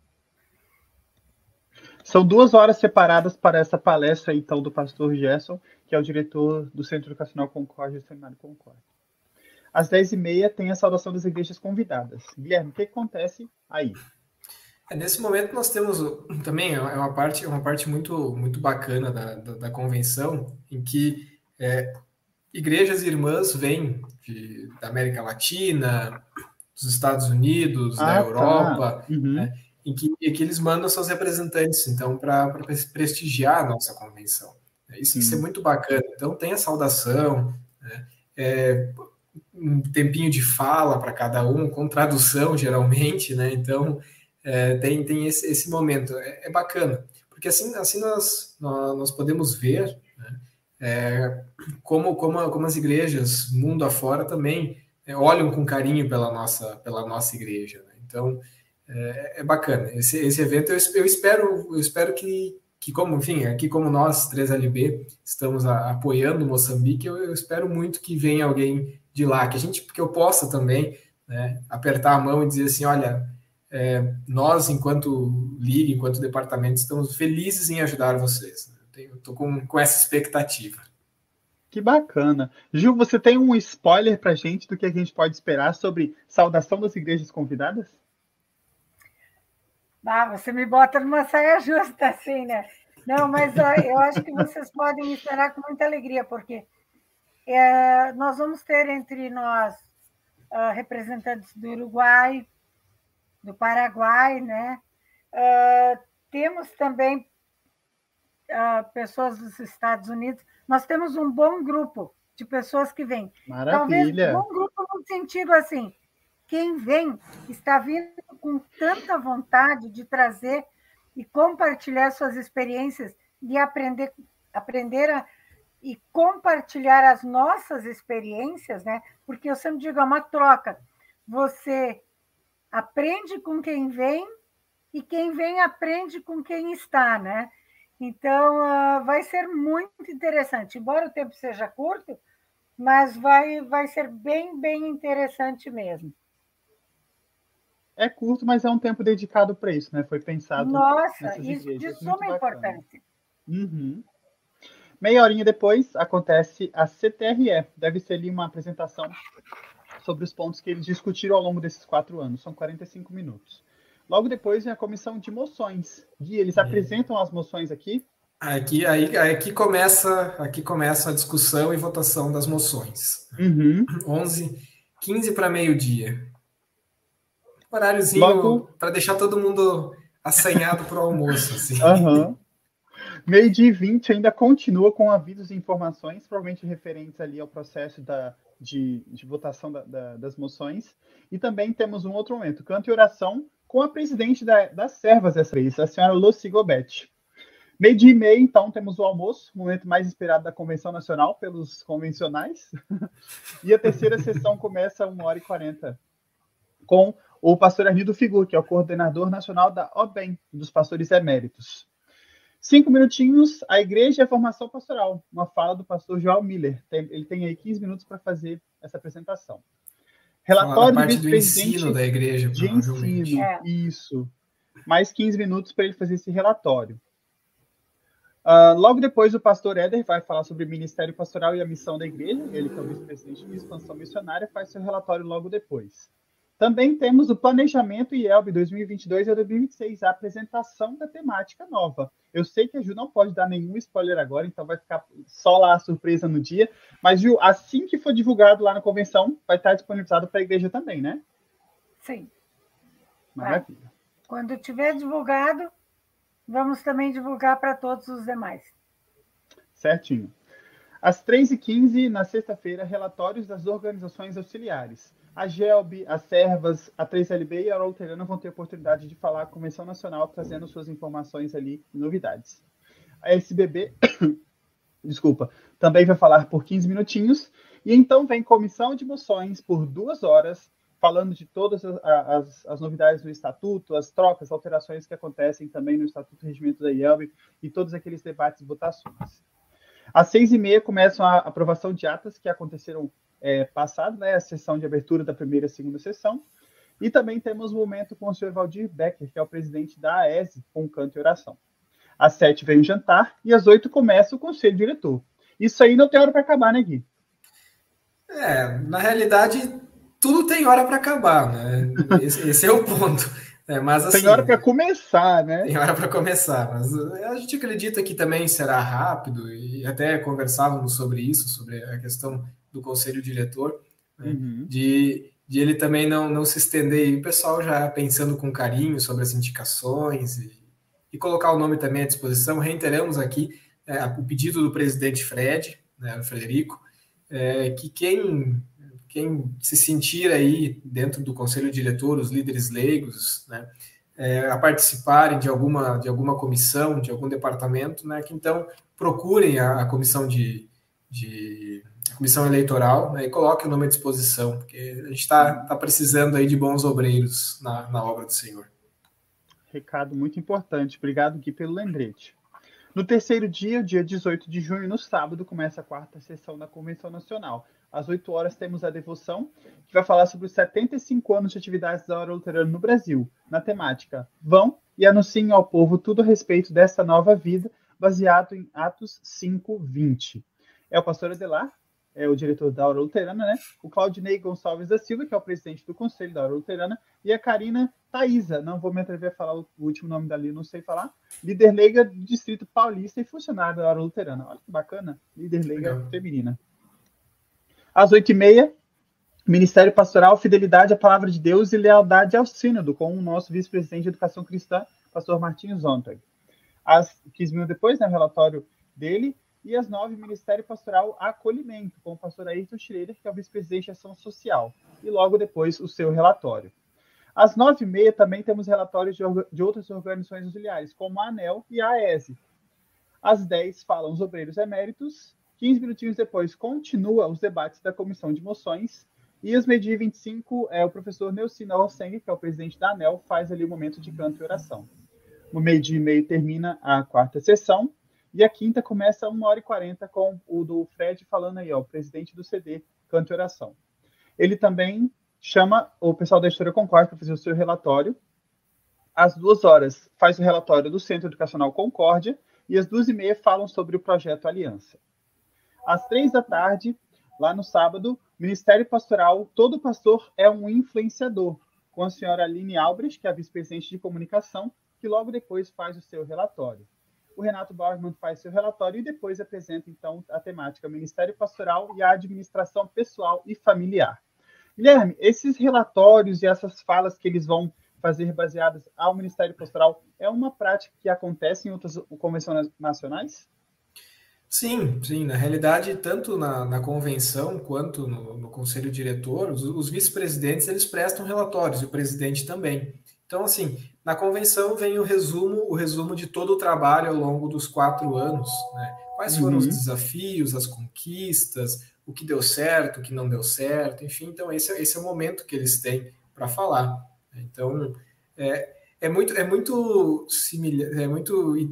São 2 horas separadas para essa palestra, então, do pastor Gerson, que é o diretor do Centro Educacional Concórdia e do Seminário Concórdia. Às 10h30 tem a saudação das igrejas convidadas. Guilherme, o que acontece aí? Nesse momento nós temos também uma parte muito, muito bacana da convenção, em que igrejas irmãs vêm da América Latina, dos Estados Unidos, da Europa, né, em que eles mandam seus representantes, então, para prestigiar a nossa convenção. Isso é muito bacana. Então, tem a saudação, né, um tempinho de fala para cada um, com tradução, geralmente, né? Então, tem esse momento. É bacana, porque assim nós podemos ver, né, como as igrejas, mundo afora, também olham com carinho pela nossa igreja, né? Então, é bacana. Esse evento, eu espero que como, enfim, aqui como nós, 3LB, estamos apoiando Moçambique, eu espero muito que venha alguém de lá, que eu possa também, né, apertar a mão e dizer assim, olha, nós, enquanto liga, enquanto departamento, estamos felizes em ajudar vocês. Eu estou com essa expectativa. Que bacana. Gil, você tem um spoiler para a gente do que a gente pode esperar sobre saudação das igrejas convidadas? Você me bota numa saia justa, assim, né? Não, mas eu acho que vocês podem me esperar com muita alegria, porque nós vamos ter entre nós representantes do Uruguai, do Paraguai, né? Temos também pessoas dos Estados Unidos. Nós temos um bom grupo de pessoas que vêm. Maravilha. Talvez um bom grupo no sentido assim, quem vem está vindo com tanta vontade de trazer e compartilhar suas experiências e aprender e compartilhar as nossas experiências, né? Porque eu sempre digo, é uma troca. Você aprende com quem vem e quem vem aprende com quem está, né? Então, vai ser muito interessante. Embora o tempo seja curto, mas vai ser bem, bem interessante mesmo. É curto, mas é um tempo dedicado para isso, né? Foi pensado. Nossa, isso de suma importância. Meia horinha depois acontece a CTRE. Deve ser ali uma apresentação sobre os pontos que eles discutiram ao longo desses 4 anos. São 45 minutos. Logo depois vem a comissão de moções. Gui, eles apresentam as moções aqui? Aqui começa a discussão e votação das moções. 11h15 para meio-dia. Horáriozinho para deixar todo mundo assanhado para o almoço. Assim. 12h20 ainda continua com avisos e informações, provavelmente referentes ali ao processo de votação das moções. E também temos um outro momento, canto e oração, com a presidente das servas dessa vez, a senhora Lucy Gobet. 12h30, então, temos o almoço, o momento mais esperado da Convenção Nacional pelos convencionais. E a terceira sessão começa 1h40, com o pastor Arnildo Figur, que é o coordenador nacional da OBEM, dos pastores eméritos. 5 minutinhos, a igreja e a formação pastoral. Uma fala do pastor João Miller. Ele tem aí 15 minutos para fazer essa apresentação. Relatório do vice-presidente do ensino da igreja, de ensino. Isso. Mais 15 minutos para ele fazer esse relatório. Logo depois, o pastor Éder vai falar sobre o ministério pastoral e a missão da igreja. Ele, que é o vice-presidente de expansão missionária, faz seu relatório logo depois. Também temos o planejamento IELB 2022 a 2026, a apresentação da temática nova. Eu sei que a Ju não pode dar nenhum spoiler agora, então vai ficar só lá a surpresa no dia. Mas, Ju, assim que for divulgado lá na convenção, vai estar disponibilizado para a igreja também, né? Sim. Maravilha. Quando tiver divulgado, vamos também divulgar para todos os demais. Certinho. Às 3h15, na sexta-feira, relatórios das organizações auxiliares. A GELB, a Servas, a 3LB e a Luterana vão ter a oportunidade de falar com a Convenção Nacional, trazendo suas informações ali e novidades. A SBB, desculpa, também vai falar por 15 minutinhos. E então vem comissão de moções por 2 horas, falando de todas as novidades do Estatuto, as trocas, alterações que acontecem também no Estatuto e Regimento da IELB e todos aqueles debates e votações. Às 6h30 começam a aprovação de atas que aconteceram passado, né, a sessão de abertura da primeira e segunda sessão, e também temos o momento com o senhor Valdir Becker, que é o presidente da AESE, com canto e oração. Às 7h vem o jantar, e às 8h começa o conselho diretor. Isso aí não tem hora para acabar, né, Gui? Na realidade, tudo tem hora para acabar, né? Esse é o ponto. Mas, assim, tem hora para começar, né? Tem hora para começar, mas a gente acredita que também será rápido, e até conversávamos sobre isso, sobre a questão do conselho diretor, né? De ele também não se estender, e o pessoal já pensando com carinho sobre as indicações e colocar o nome também à disposição. Reiteramos aqui o pedido do presidente Fred, né, o Frederico, que quem se sentir aí dentro do conselho diretor, os líderes leigos, né, a participarem de alguma comissão, de algum departamento, né, que então procurem a comissão a comissão eleitoral, né, e coloquem o nome à disposição, porque a gente está precisando aí de bons obreiros na obra do Senhor. Recado muito importante. Obrigado, Gui, pelo lembrete. No terceiro dia 18 de junho, no sábado, começa a 4ª sessão da Convenção Nacional. Às 8 horas temos a devoção, que vai falar sobre os 75 anos de atividades da Hora Luterana no Brasil, na temática Vão e anunciem ao povo tudo a respeito desta nova vida, baseado em Atos 5:20. É o pastor Adelar, é o diretor da Hora Luterana, né? O Claudinei Gonçalves da Silva, que é o presidente do Conselho da Hora Luterana, e a Karina Thaisa, não vou me atrever a falar o último nome dali, não sei falar, líder leiga do Distrito Paulista e funcionário da Hora Luterana. Olha que bacana, líder leiga feminina. Às 8h30, Ministério Pastoral, Fidelidade à Palavra de Deus e Lealdade ao Sínodo, com o nosso vice-presidente de Educação Cristã, pastor Martinho Zontag. Às 15 minutos depois, né, o relatório dele. E às 9h, Ministério Pastoral Acolhimento, com o pastor Ayrton Schroeder, que é o vice-presidente de Ação Social. E logo depois, o seu relatório. Às 9h30, também temos relatórios de outras organizações auxiliares, como a ANEL e a AESE. Às 10h, falam os obreiros eméritos. 15 minutinhos depois, continua os debates da Comissão de Moções. E às 12h25, o professor Neucino Alceng, que é o presidente da ANEL, faz ali o momento de canto e oração. No 12h30 termina a 4ª sessão. E a 5ª começa 1h40 com o do Fred falando aí, o presidente do CD, Canto e Oração. Ele também chama o pessoal da História Concórdia para fazer o seu relatório. Às 2 horas faz o relatório do Centro Educacional Concórdia e às 2h30 falam sobre o projeto Aliança. Às 3 da tarde, lá no sábado, Ministério Pastoral, todo pastor é um influenciador, com a senhora Aline Albrecht, que é a vice-presidente de comunicação, que logo depois faz o seu relatório. O Renato Bauerman faz seu relatório e depois apresenta, então, a temática Ministério Pastoral e a Administração Pessoal e Familiar. Guilherme, esses relatórios e essas falas que eles vão fazer baseadas ao Ministério Pastoral é uma prática que acontece em outras convenções nacionais? Sim. Na realidade, tanto na convenção quanto no conselho diretor, os vice-presidentes eles prestam relatórios e o presidente também. Então, assim, na convenção vem o resumo de todo o trabalho ao longo dos 4 anos, né? Quais foram os desafios, as conquistas, o que deu certo, o que não deu certo, enfim. Então, esse é o momento que eles têm para falar. Então, é muito similar,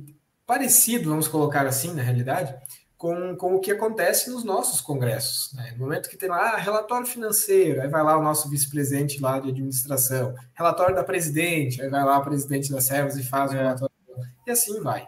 parecido, vamos colocar assim, na realidade, com o que acontece nos nossos congressos. Né? No momento que tem lá relatório financeiro, aí vai lá o nosso vice-presidente lá de administração, relatório da presidente, aí vai lá o presidente das servas e faz o relatório. E assim vai.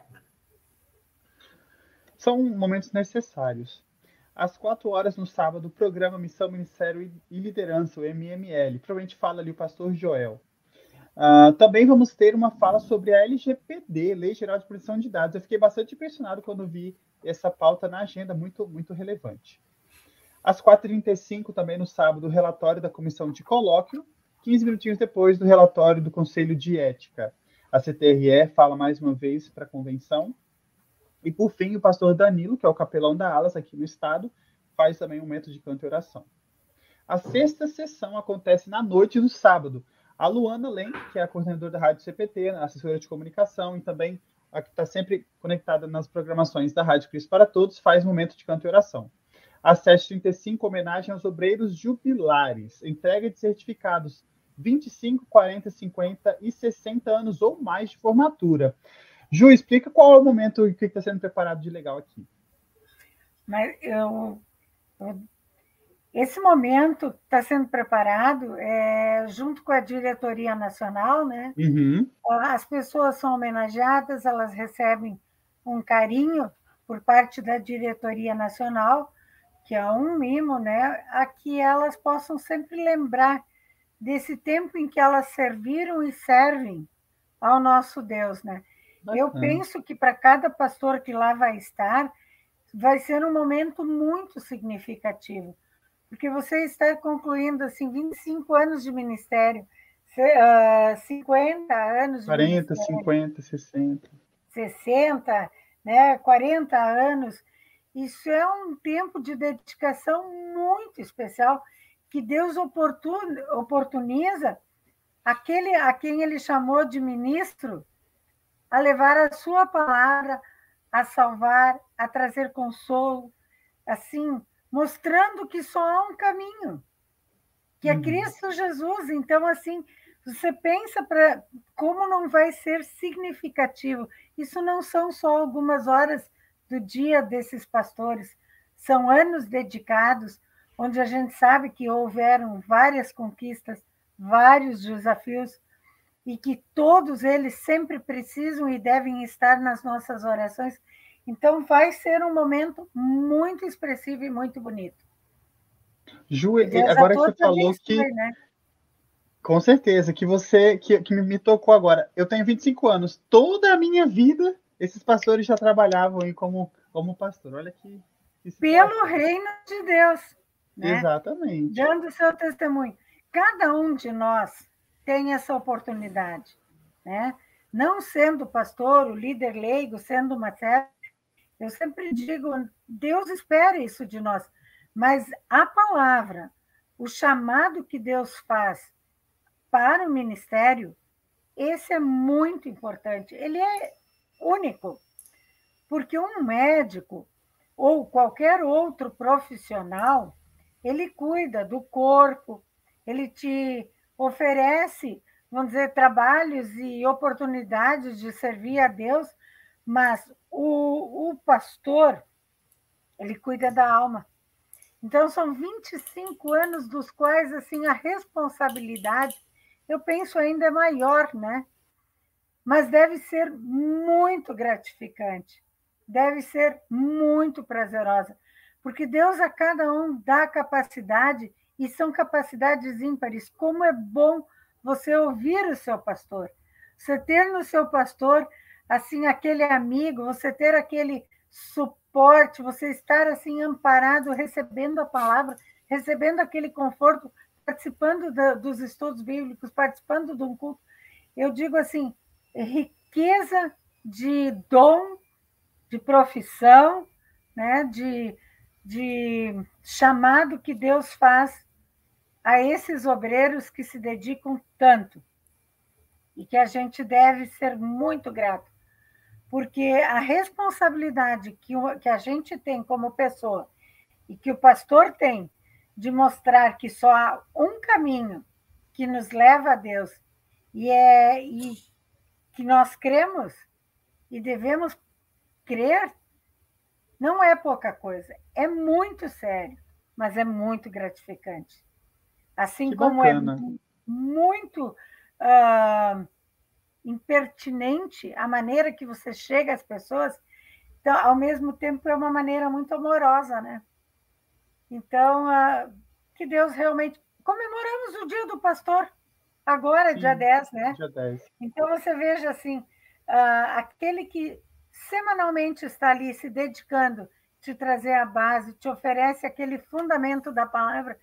São momentos necessários. Às 4 horas no sábado, o programa Missão, Ministério e Liderança, o MML. Provavelmente fala ali o pastor Joel. Também vamos ter uma fala sobre a LGPD, Lei Geral de Proteção de Dados. Eu fiquei bastante impressionado quando vi essa pauta na agenda, muito, muito relevante. Às 4h35, também no sábado, o relatório da Comissão de Colóquio, 15 minutinhos depois do relatório do Conselho de Ética. A CTRE fala mais uma vez para a convenção. E, por fim, o pastor Danilo, que é o capelão da Alas aqui no estado, faz também um momento de canto e oração. A sexta sessão acontece na noite do sábado. A Luana Len, que é a coordenadora da Rádio CPT, assessora de comunicação e também a que está sempre conectada nas programações da Rádio Cristo para Todos, faz momento de canto e oração. Às 7h35, homenagem aos obreiros jubilares, entrega de certificados 25, 40, 50 e 60 anos ou mais de formatura. Ju, explica qual é o momento e o que está sendo preparado de legal aqui. Mas esse momento está sendo preparado junto com a diretoria nacional, né? Uhum. As pessoas são homenageadas, elas recebem um carinho por parte da diretoria nacional, que é um mimo, né? A que elas possam sempre lembrar desse tempo em que elas serviram e servem ao nosso Deus, né? Bacana. Eu penso que para cada pastor que lá vai estar, vai ser um momento muito significativo, porque você está concluindo assim 25 anos de ministério, 50 anos de 40, ministério, 50, 60. 60, né, 40 anos. Isso é um tempo de dedicação muito especial que Deus oportuniza aquele a quem ele chamou de ministro a levar a sua palavra, a salvar, a trazer consolo, assim, mostrando que só há um caminho, que é Cristo Jesus. Então, assim, você pensa para como não vai ser significativo. Isso não são só algumas horas do dia desses pastores, são anos dedicados, onde a gente sabe que houveram várias conquistas, vários desafios, e que todos eles sempre precisam e devem estar nas nossas orações. Então, vai ser um momento muito expressivo e muito bonito. Ju, agora que você falou que... Né? Com certeza, que você que me tocou agora. Eu tenho 25 anos. Toda a minha vida, esses pastores já trabalhavam aí como pastor. Olha que pelo reino de Deus. Né? Exatamente. Dando seu testemunho. Cada um de nós tem essa oportunidade, né? Não sendo pastor, o líder leigo, sendo uma serva, eu sempre digo, Deus espera isso de nós, mas a palavra, o chamado que Deus faz para o ministério, esse é muito importante, ele é único, porque um médico ou qualquer outro profissional, ele cuida do corpo, ele te oferece, vamos dizer, trabalhos e oportunidades de servir a Deus, mas o pastor, ele cuida da alma. Então, são 25 anos dos quais, assim, a responsabilidade, eu penso, ainda é maior, né? Mas deve ser muito gratificante, deve ser muito prazerosa, porque Deus a cada um dá capacidade, e são capacidades ímpares. Como é bom você ouvir o seu pastor, você ter no seu pastor assim aquele amigo, você ter aquele suporte, você estar assim amparado, recebendo a palavra, recebendo aquele conforto, participando dos estudos bíblicos, participando de um culto. Eu digo assim, riqueza de dom, de profissão, né, de chamado que Deus faz a esses obreiros que se dedicam tanto, e que a gente deve ser muito grato, porque a responsabilidade que a gente tem como pessoa e que o pastor tem de mostrar que só há um caminho que nos leva a Deus, e que nós cremos e devemos crer não é pouca coisa, é muito sério, mas é muito gratificante. Assim Que como bacana. é muito impertinente a maneira que você chega às pessoas, então, ao mesmo tempo, é uma maneira muito amorosa, né? Então, que Deus realmente... Comemoramos o Dia do Pastor, agora, Sim, dia 10, né? dia 10. Então, você veja assim, aquele que semanalmente está ali se dedicando, te trazer a base, te oferece aquele fundamento da palavra,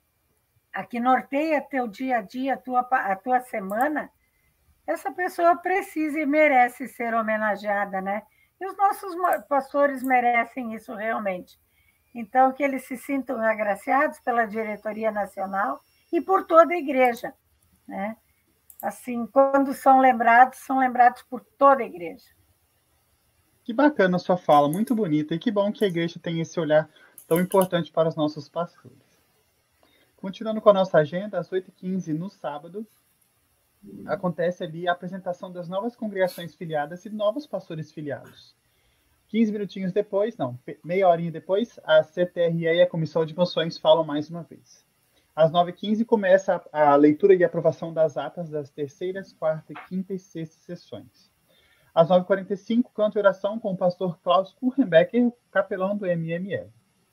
a que norteia teu dia a dia, a tua semana, essa pessoa precisa e merece ser homenageada, né? E os nossos pastores merecem isso realmente. Então, que eles se sintam agraciados pela diretoria nacional e por toda a igreja, né? Assim, quando são lembrados por toda a igreja. Que bacana a sua fala, muito bonita, e que bom que a igreja tem esse olhar tão importante para os nossos pastores. Continuando com a nossa agenda, às 8h15 no sábado, acontece ali a apresentação das novas congregações filiadas e novos pastores filiados. 15 minutinhos depois, não, meia horinha depois, a CTRE e a Comissão de Moções falam mais uma vez. Às 9h15 começa a leitura e aprovação das atas das terceiras, quarta, quinta e sexta sessões. Às 9h45, canto e oração com o pastor Klaus Kuchenbecker, capelão do MML.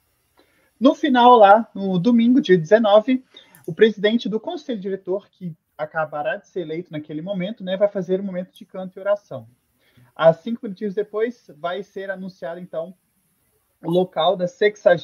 No final, lá, no domingo, dia 19, o presidente do conselho diretor, que acabará de ser eleito naquele momento, né, vai fazer um momento de canto e oração. Às 5 minutos depois, vai ser anunciado, então, o local da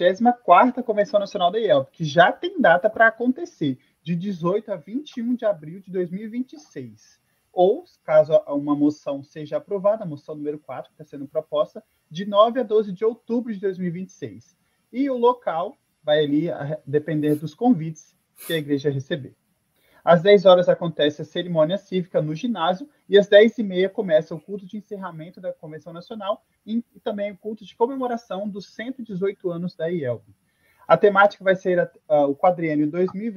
64ª Convenção Nacional da IELB, que já tem data para acontecer, de 18 a 21 de abril de 2026. Ou, caso uma moção seja aprovada, a moção número 4, que está sendo proposta, de 9 a 12 de outubro de 2026. E o local vai ali depender dos convites que a igreja receber. Às 10 horas acontece a cerimônia cívica no ginásio e às 10h30 começa o culto de encerramento da Convenção Nacional e também o culto de comemoração dos 118 anos da IELB. A temática vai ser o quadriênio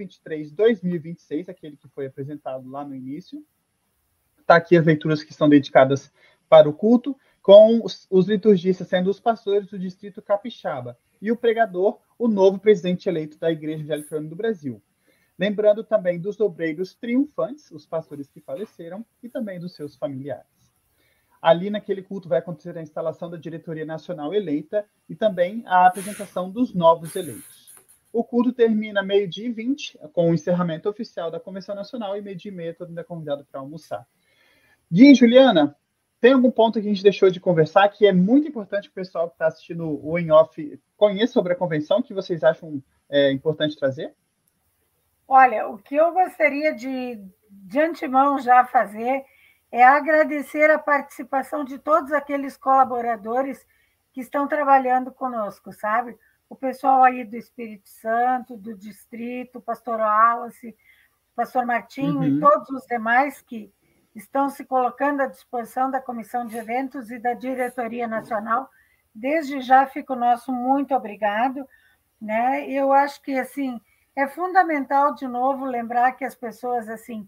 2023-2026, aquele que foi apresentado lá no início. Está aqui as leituras que estão dedicadas para o culto, com os liturgistas sendo os pastores do distrito capixaba e o pregador, o novo presidente eleito da Igreja Anglicana do Brasil. Lembrando também dos obreiros triunfantes, os pastores que faleceram, e também dos seus familiares. Ali naquele culto vai acontecer a instalação da diretoria nacional eleita e também a apresentação dos novos eleitos. O culto termina 12h20, com o encerramento oficial da Convenção Nacional, e 12h30 todo mundo é convidado para almoçar. Gui e Juliana, tem algum ponto que a gente deixou de conversar que é muito importante que o pessoal que está assistindo o In-Off conheça sobre a convenção, que vocês acham importante trazer? Olha, o que eu gostaria de antemão já fazer é agradecer a participação de todos aqueles colaboradores que estão trabalhando conosco, sabe? O pessoal aí do Espírito Santo, do Distrito, o pastor Wallace, o pastor Martinho e todos os demais que estão se colocando à disposição da Comissão de Eventos e da Diretoria Nacional. Desde já fica o nosso muito obrigado, né? Eu acho que, assim, é fundamental, de novo, lembrar que as pessoas, assim,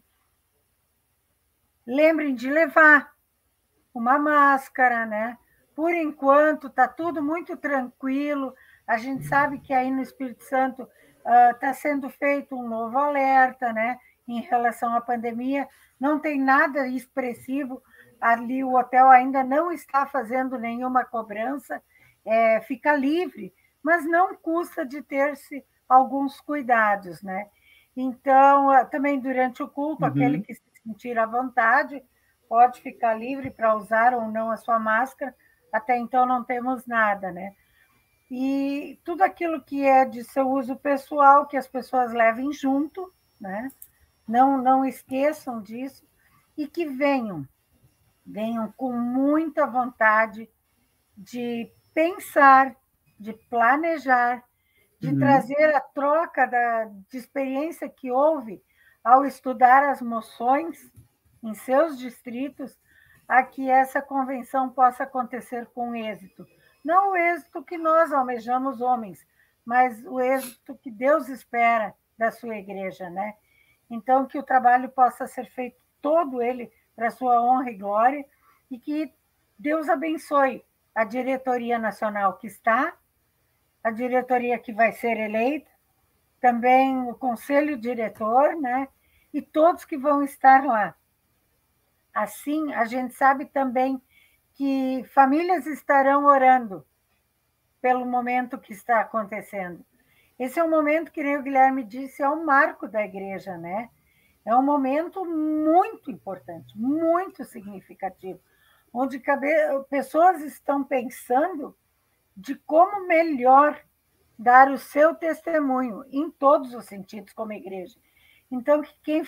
lembrem de levar uma máscara, né? Por enquanto, está tudo muito tranquilo. A gente sabe que aí no Espírito Santo está sendo feito um novo alerta, né? Em relação à pandemia. Não tem nada expressivo. Ali o hotel ainda não está fazendo nenhuma cobrança. Fica livre, mas não custa de ter-se alguns cuidados, né? Então, também durante o culto, aquele que se sentir à vontade pode ficar livre para usar ou não a sua máscara. Até então não temos nada, né? E tudo aquilo que é de seu uso pessoal, que as pessoas levem junto, né? Não esqueçam disso e que venham com muita vontade de pensar, de planejar, de trazer a troca de experiência que houve ao estudar as moções em seus distritos, a que essa convenção possa acontecer com êxito. Não o êxito que nós almejamos, homens, mas o êxito que Deus espera da sua igreja, né? Então, que o trabalho possa ser feito todo ele para a sua honra e glória, e que Deus abençoe a diretoria nacional que está, a diretoria que vai ser eleita, também o conselho diretor, né? E todos que vão estar lá. Assim, a gente sabe também que famílias estarão orando pelo momento que está acontecendo. Esse é um momento, que nem o Guilherme disse, é um marco da igreja, né? É um momento muito importante, muito significativo, onde pessoas estão pensando de como melhor dar o seu testemunho, em todos os sentidos, como igreja. Então, que quem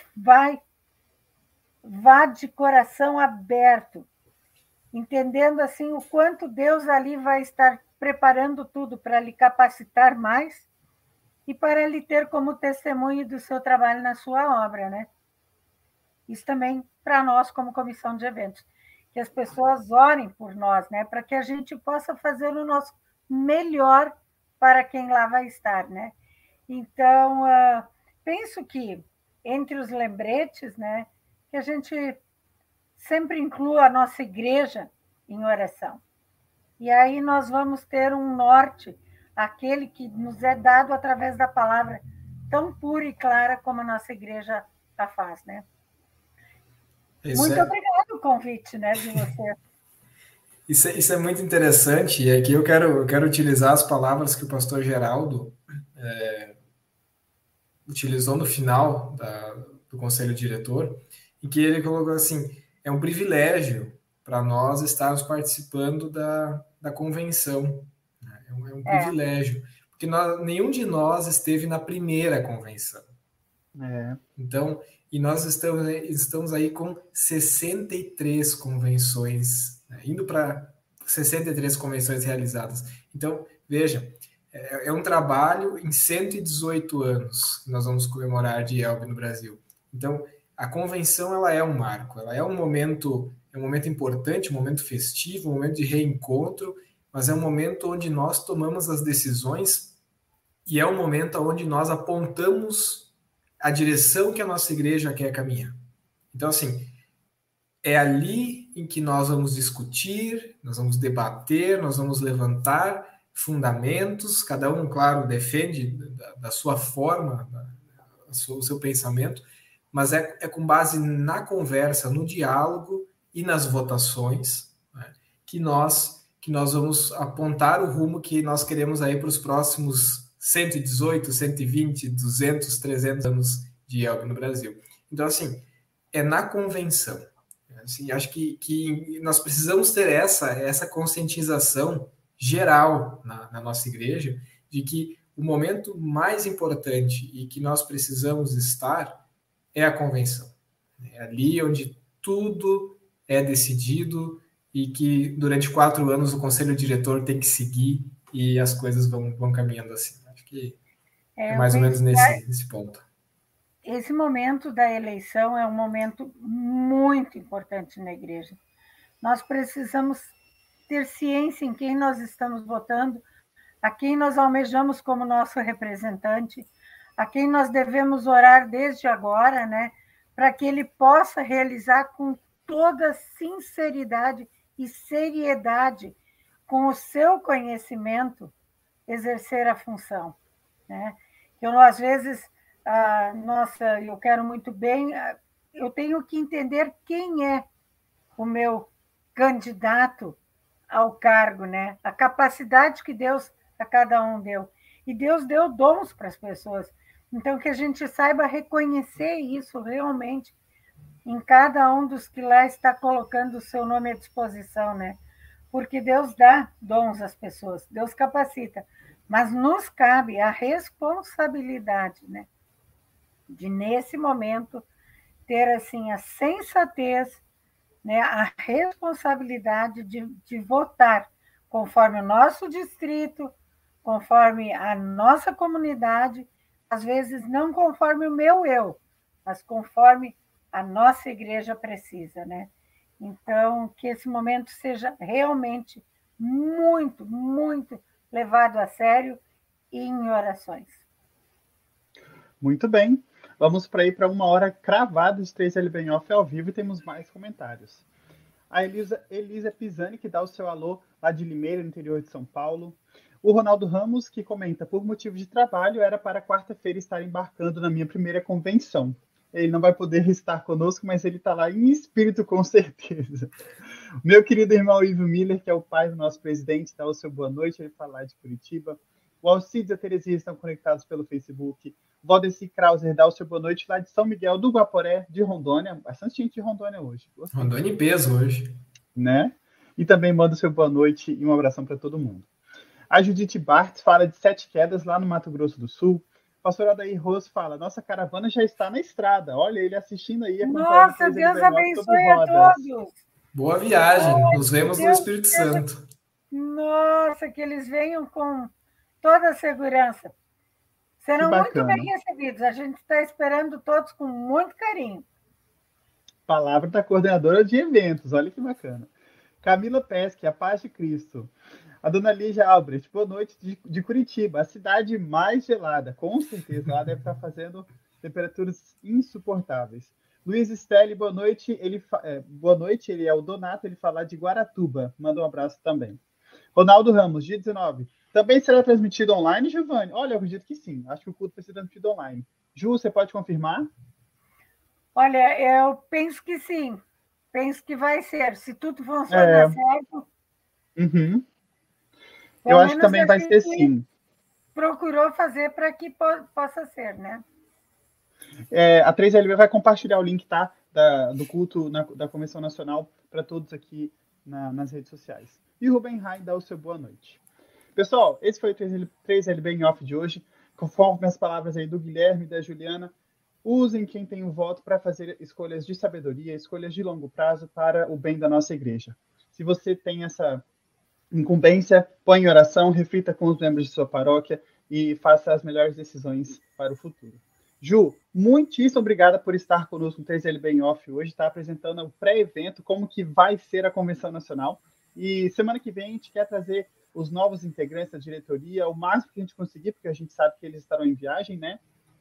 vá de coração aberto, entendendo assim o quanto Deus ali vai estar preparando tudo para lhe capacitar mais e para lhe ter como testemunho do seu trabalho na sua obra, né? Isso também para nós, como comissão de eventos, que as pessoas orem por nós, né? Para que a gente possa fazer o nosso melhor para quem lá vai estar, né? Então, penso que entre os lembretes, né, que a gente sempre inclua a nossa igreja em oração. E aí nós vamos ter um norte, aquele que nos é dado através da palavra tão pura e clara como a nossa igreja a faz, né? Muito obrigado o convite, né, de você. Isso é muito interessante, e aqui eu quero utilizar as palavras que o pastor Geraldo utilizou no final do conselho diretor, em que ele colocou assim, é um privilégio para nós estarmos participando da convenção, né? É um privilégio, porque nenhum de nós esteve na primeira convenção. Então, e nós estamos aí com 63 convenções, né? Indo para 63 convenções realizadas. Então, veja, é um trabalho em 118 anos que nós vamos comemorar de IELB no Brasil. Então, a convenção ela é um marco, ela é um momento importante, um momento festivo, um momento de reencontro, mas é um momento onde nós tomamos as decisões e é um momento onde nós apontamos a direção que a nossa igreja quer caminhar. Então, assim, é ali em que nós vamos discutir, nós vamos debater, nós vamos levantar fundamentos, cada um, claro, defende da sua forma, o seu pensamento, mas é com base na conversa, no diálogo e nas votações, né, que nós vamos apontar o rumo que nós queremos aí para os próximos 118, 120, 200, 300 anos de IELB no Brasil. Então, assim, é na convenção. Assim, acho que nós precisamos ter essa conscientização geral na nossa igreja de que o momento mais importante e que nós precisamos estar é a convenção. É ali onde tudo é decidido e que durante 4 anos o conselho diretor tem que seguir e as coisas vão caminhando assim. Acho que é mais ou menos nesse ponto. Esse momento da eleição é um momento muito importante na igreja. Nós precisamos ter ciência em quem nós estamos votando, a quem nós almejamos como nosso representante, a quem nós devemos orar desde agora, né, para que ele possa realizar com toda sinceridade e seriedade, com o seu conhecimento, exercer a função, né? Eu, às vezes, nossa, eu quero muito bem, eu tenho que entender quem é o meu candidato ao cargo, né? A capacidade que Deus a cada um deu. E Deus deu dons para as pessoas. Então, que a gente saiba reconhecer isso realmente em cada um dos que lá está colocando o seu nome à disposição, né? Porque Deus dá dons às pessoas, Deus capacita, mas nos cabe a responsabilidade, né? De, nesse momento, ter assim a sensatez, né, a responsabilidade de votar conforme o nosso distrito, conforme a nossa comunidade, às vezes não conforme o meu eu, mas conforme a nossa igreja precisa, né? Então, que esse momento seja realmente muito, muito levado a sério e em orações. Muito bem. Vamos para ir para 1 hora cravada de 3 LB em off ao vivo e temos mais comentários. A Elisa Pisani, que dá o seu alô lá de Limeira, no interior de São Paulo. O Ronaldo Ramos, que comenta, por motivo de trabalho, era para quarta-feira estar embarcando na minha primeira convenção. Ele não vai poder estar conosco, mas ele está lá em espírito, com certeza. Meu querido irmão Ivo Miller, que é o pai do nosso presidente, dá o seu boa noite, ele fala lá de Curitiba. O Alcides e a Terezinha estão conectados pelo Facebook. O Valdeci Krauser dá o seu boa noite lá de São Miguel do Guaporé, de Rondônia. Bastante gente de Rondônia hoje. Gostei. Rondônia em peso hoje. Né? E também manda o seu boa noite e um abração para todo mundo. A Judite Bartz fala de Sete Quedas, lá no Mato Grosso do Sul. O pastor Adair Rose fala, nossa caravana já está na estrada. Olha, ele assistindo aí. Nossa, Deus abençoe a todos. Boa viagem. Nos vemos no Espírito Santo. Nossa, que eles venham com toda a segurança. Serão muito bem recebidos. A gente está esperando todos com muito carinho. Palavra da coordenadora de eventos. Olha que bacana. Camila Pesque, a paz de Cristo. A dona Lígia Albrecht, boa noite de Curitiba, a cidade mais gelada. Com certeza, lá deve estar fazendo temperaturas insuportáveis. Luiz Stelli, boa noite. Boa noite, ele é o Donato, ele fala de Guaratuba. Manda um abraço também. Ronaldo Ramos, dia 19. Também será transmitido online, Giovanni? Olha, eu acredito que sim. Acho que o culto vai ser transmitido online. Ju, você pode confirmar? Olha, eu penso que sim. Penso que vai ser. Se tudo funcionar certo. Uhum. Eu acho que também vai ser sim. Procurou fazer para que possa ser, né? A 3LB vai compartilhar o link, tá? Do culto da Convenção Nacional para todos aqui nas redes sociais. E o Rubem Rai dá o seu boa noite. Pessoal, esse foi o 3LB em off de hoje. Conforme as palavras aí do Guilherme e da Juliana, usem quem tem o voto para fazer escolhas de sabedoria, escolhas de longo prazo para o bem da nossa igreja. Se você tem essa incumbência, põe em oração, reflita com os membros de sua paróquia e faça as melhores decisões para o futuro. Ju, muitíssimo obrigada por estar conosco no 3LB em Off hoje, está apresentando o pré-evento, como que vai ser a Convenção Nacional. E semana que vem a gente quer trazer os novos integrantes da diretoria, o máximo que a gente conseguir, porque a gente sabe que eles estarão em viagem, né?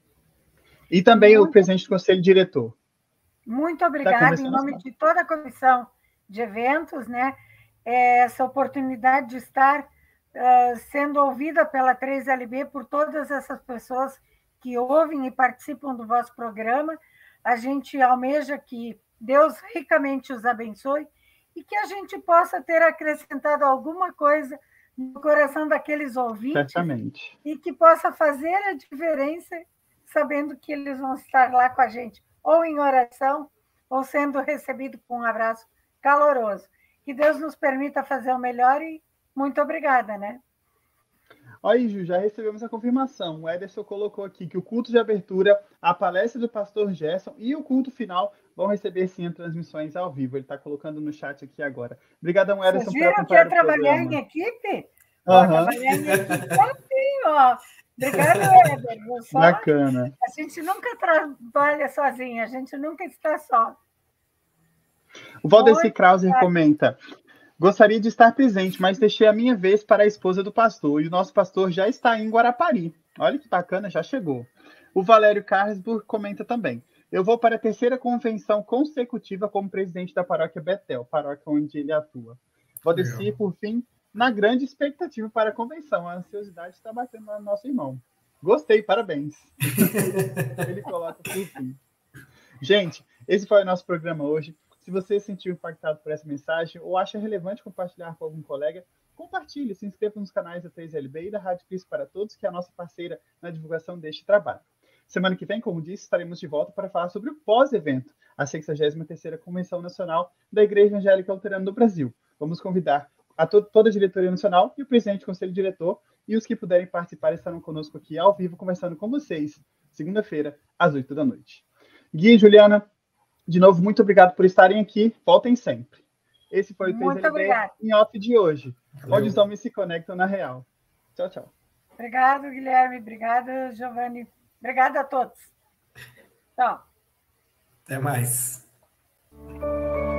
E também o presidente do Conselho Diretor. Muito obrigada, em nome de toda a comissão de eventos, né? Essa oportunidade de estar sendo ouvida pela 3LB por todas essas pessoas que ouvem e participam do vosso programa. A gente almeja que Deus ricamente os abençoe e que a gente possa ter acrescentado alguma coisa no coração daqueles ouvintes. Certamente. E que possa fazer a diferença, sabendo que eles vão estar lá com a gente, ou em oração, ou sendo recebido com um abraço caloroso. Que Deus nos permita fazer o melhor e muito obrigada, né? Olha, Ju, já recebemos a confirmação. O Ederson colocou aqui que o culto de abertura, a palestra do pastor Gerson e o culto final vão receber, sim, as transmissões ao vivo. Ele está colocando no chat aqui agora. Obrigadão, Ederson, por acompanhar o programa. Vocês viram que é trabalhar em equipe? Trabalhar em equipe assim, ó. Obrigada, Ederson. Bacana. A gente nunca trabalha sozinha, a gente nunca está só. O Valdeci Krauser comenta: gostaria de estar presente, mas deixei a minha vez para a esposa do pastor, e o nosso pastor já está em Guarapari. Olha que bacana, já chegou. O Valério Carlsburg comenta também: eu vou para a terceira convenção consecutiva como presidente da paróquia Betel, paróquia onde ele atua. Valdeci, por fim, na grande expectativa para a convenção. A ansiosidade está batendo lá no nosso irmão. Gostei, parabéns. Ele coloca por fim. Gente, esse foi o nosso programa hoje. Se você se sentiu impactado por essa mensagem ou acha relevante compartilhar com algum colega, compartilhe, se inscreva nos canais da 3LB e da Rádio Cristo para Todos, que é a nossa parceira na divulgação deste trabalho. Semana que vem, como disse, estaremos de volta para falar sobre o pós-evento, a 63ª Convenção Nacional da Igreja Evangélica Luterana do Brasil. Vamos convidar a toda a diretoria nacional e o presidente do Conselho Diretor, e os que puderem participar estarão conosco aqui ao vivo, conversando com vocês, segunda-feira, às 8 da noite. Gui e Juliana, de novo, muito obrigado por estarem aqui. Voltem sempre. Esse foi o 3LB em off de hoje, onde os homens se conectam na real. Tchau, tchau. Obrigado, Guilherme. Obrigada, Giovanni. Obrigada a todos. Tchau. Até mais.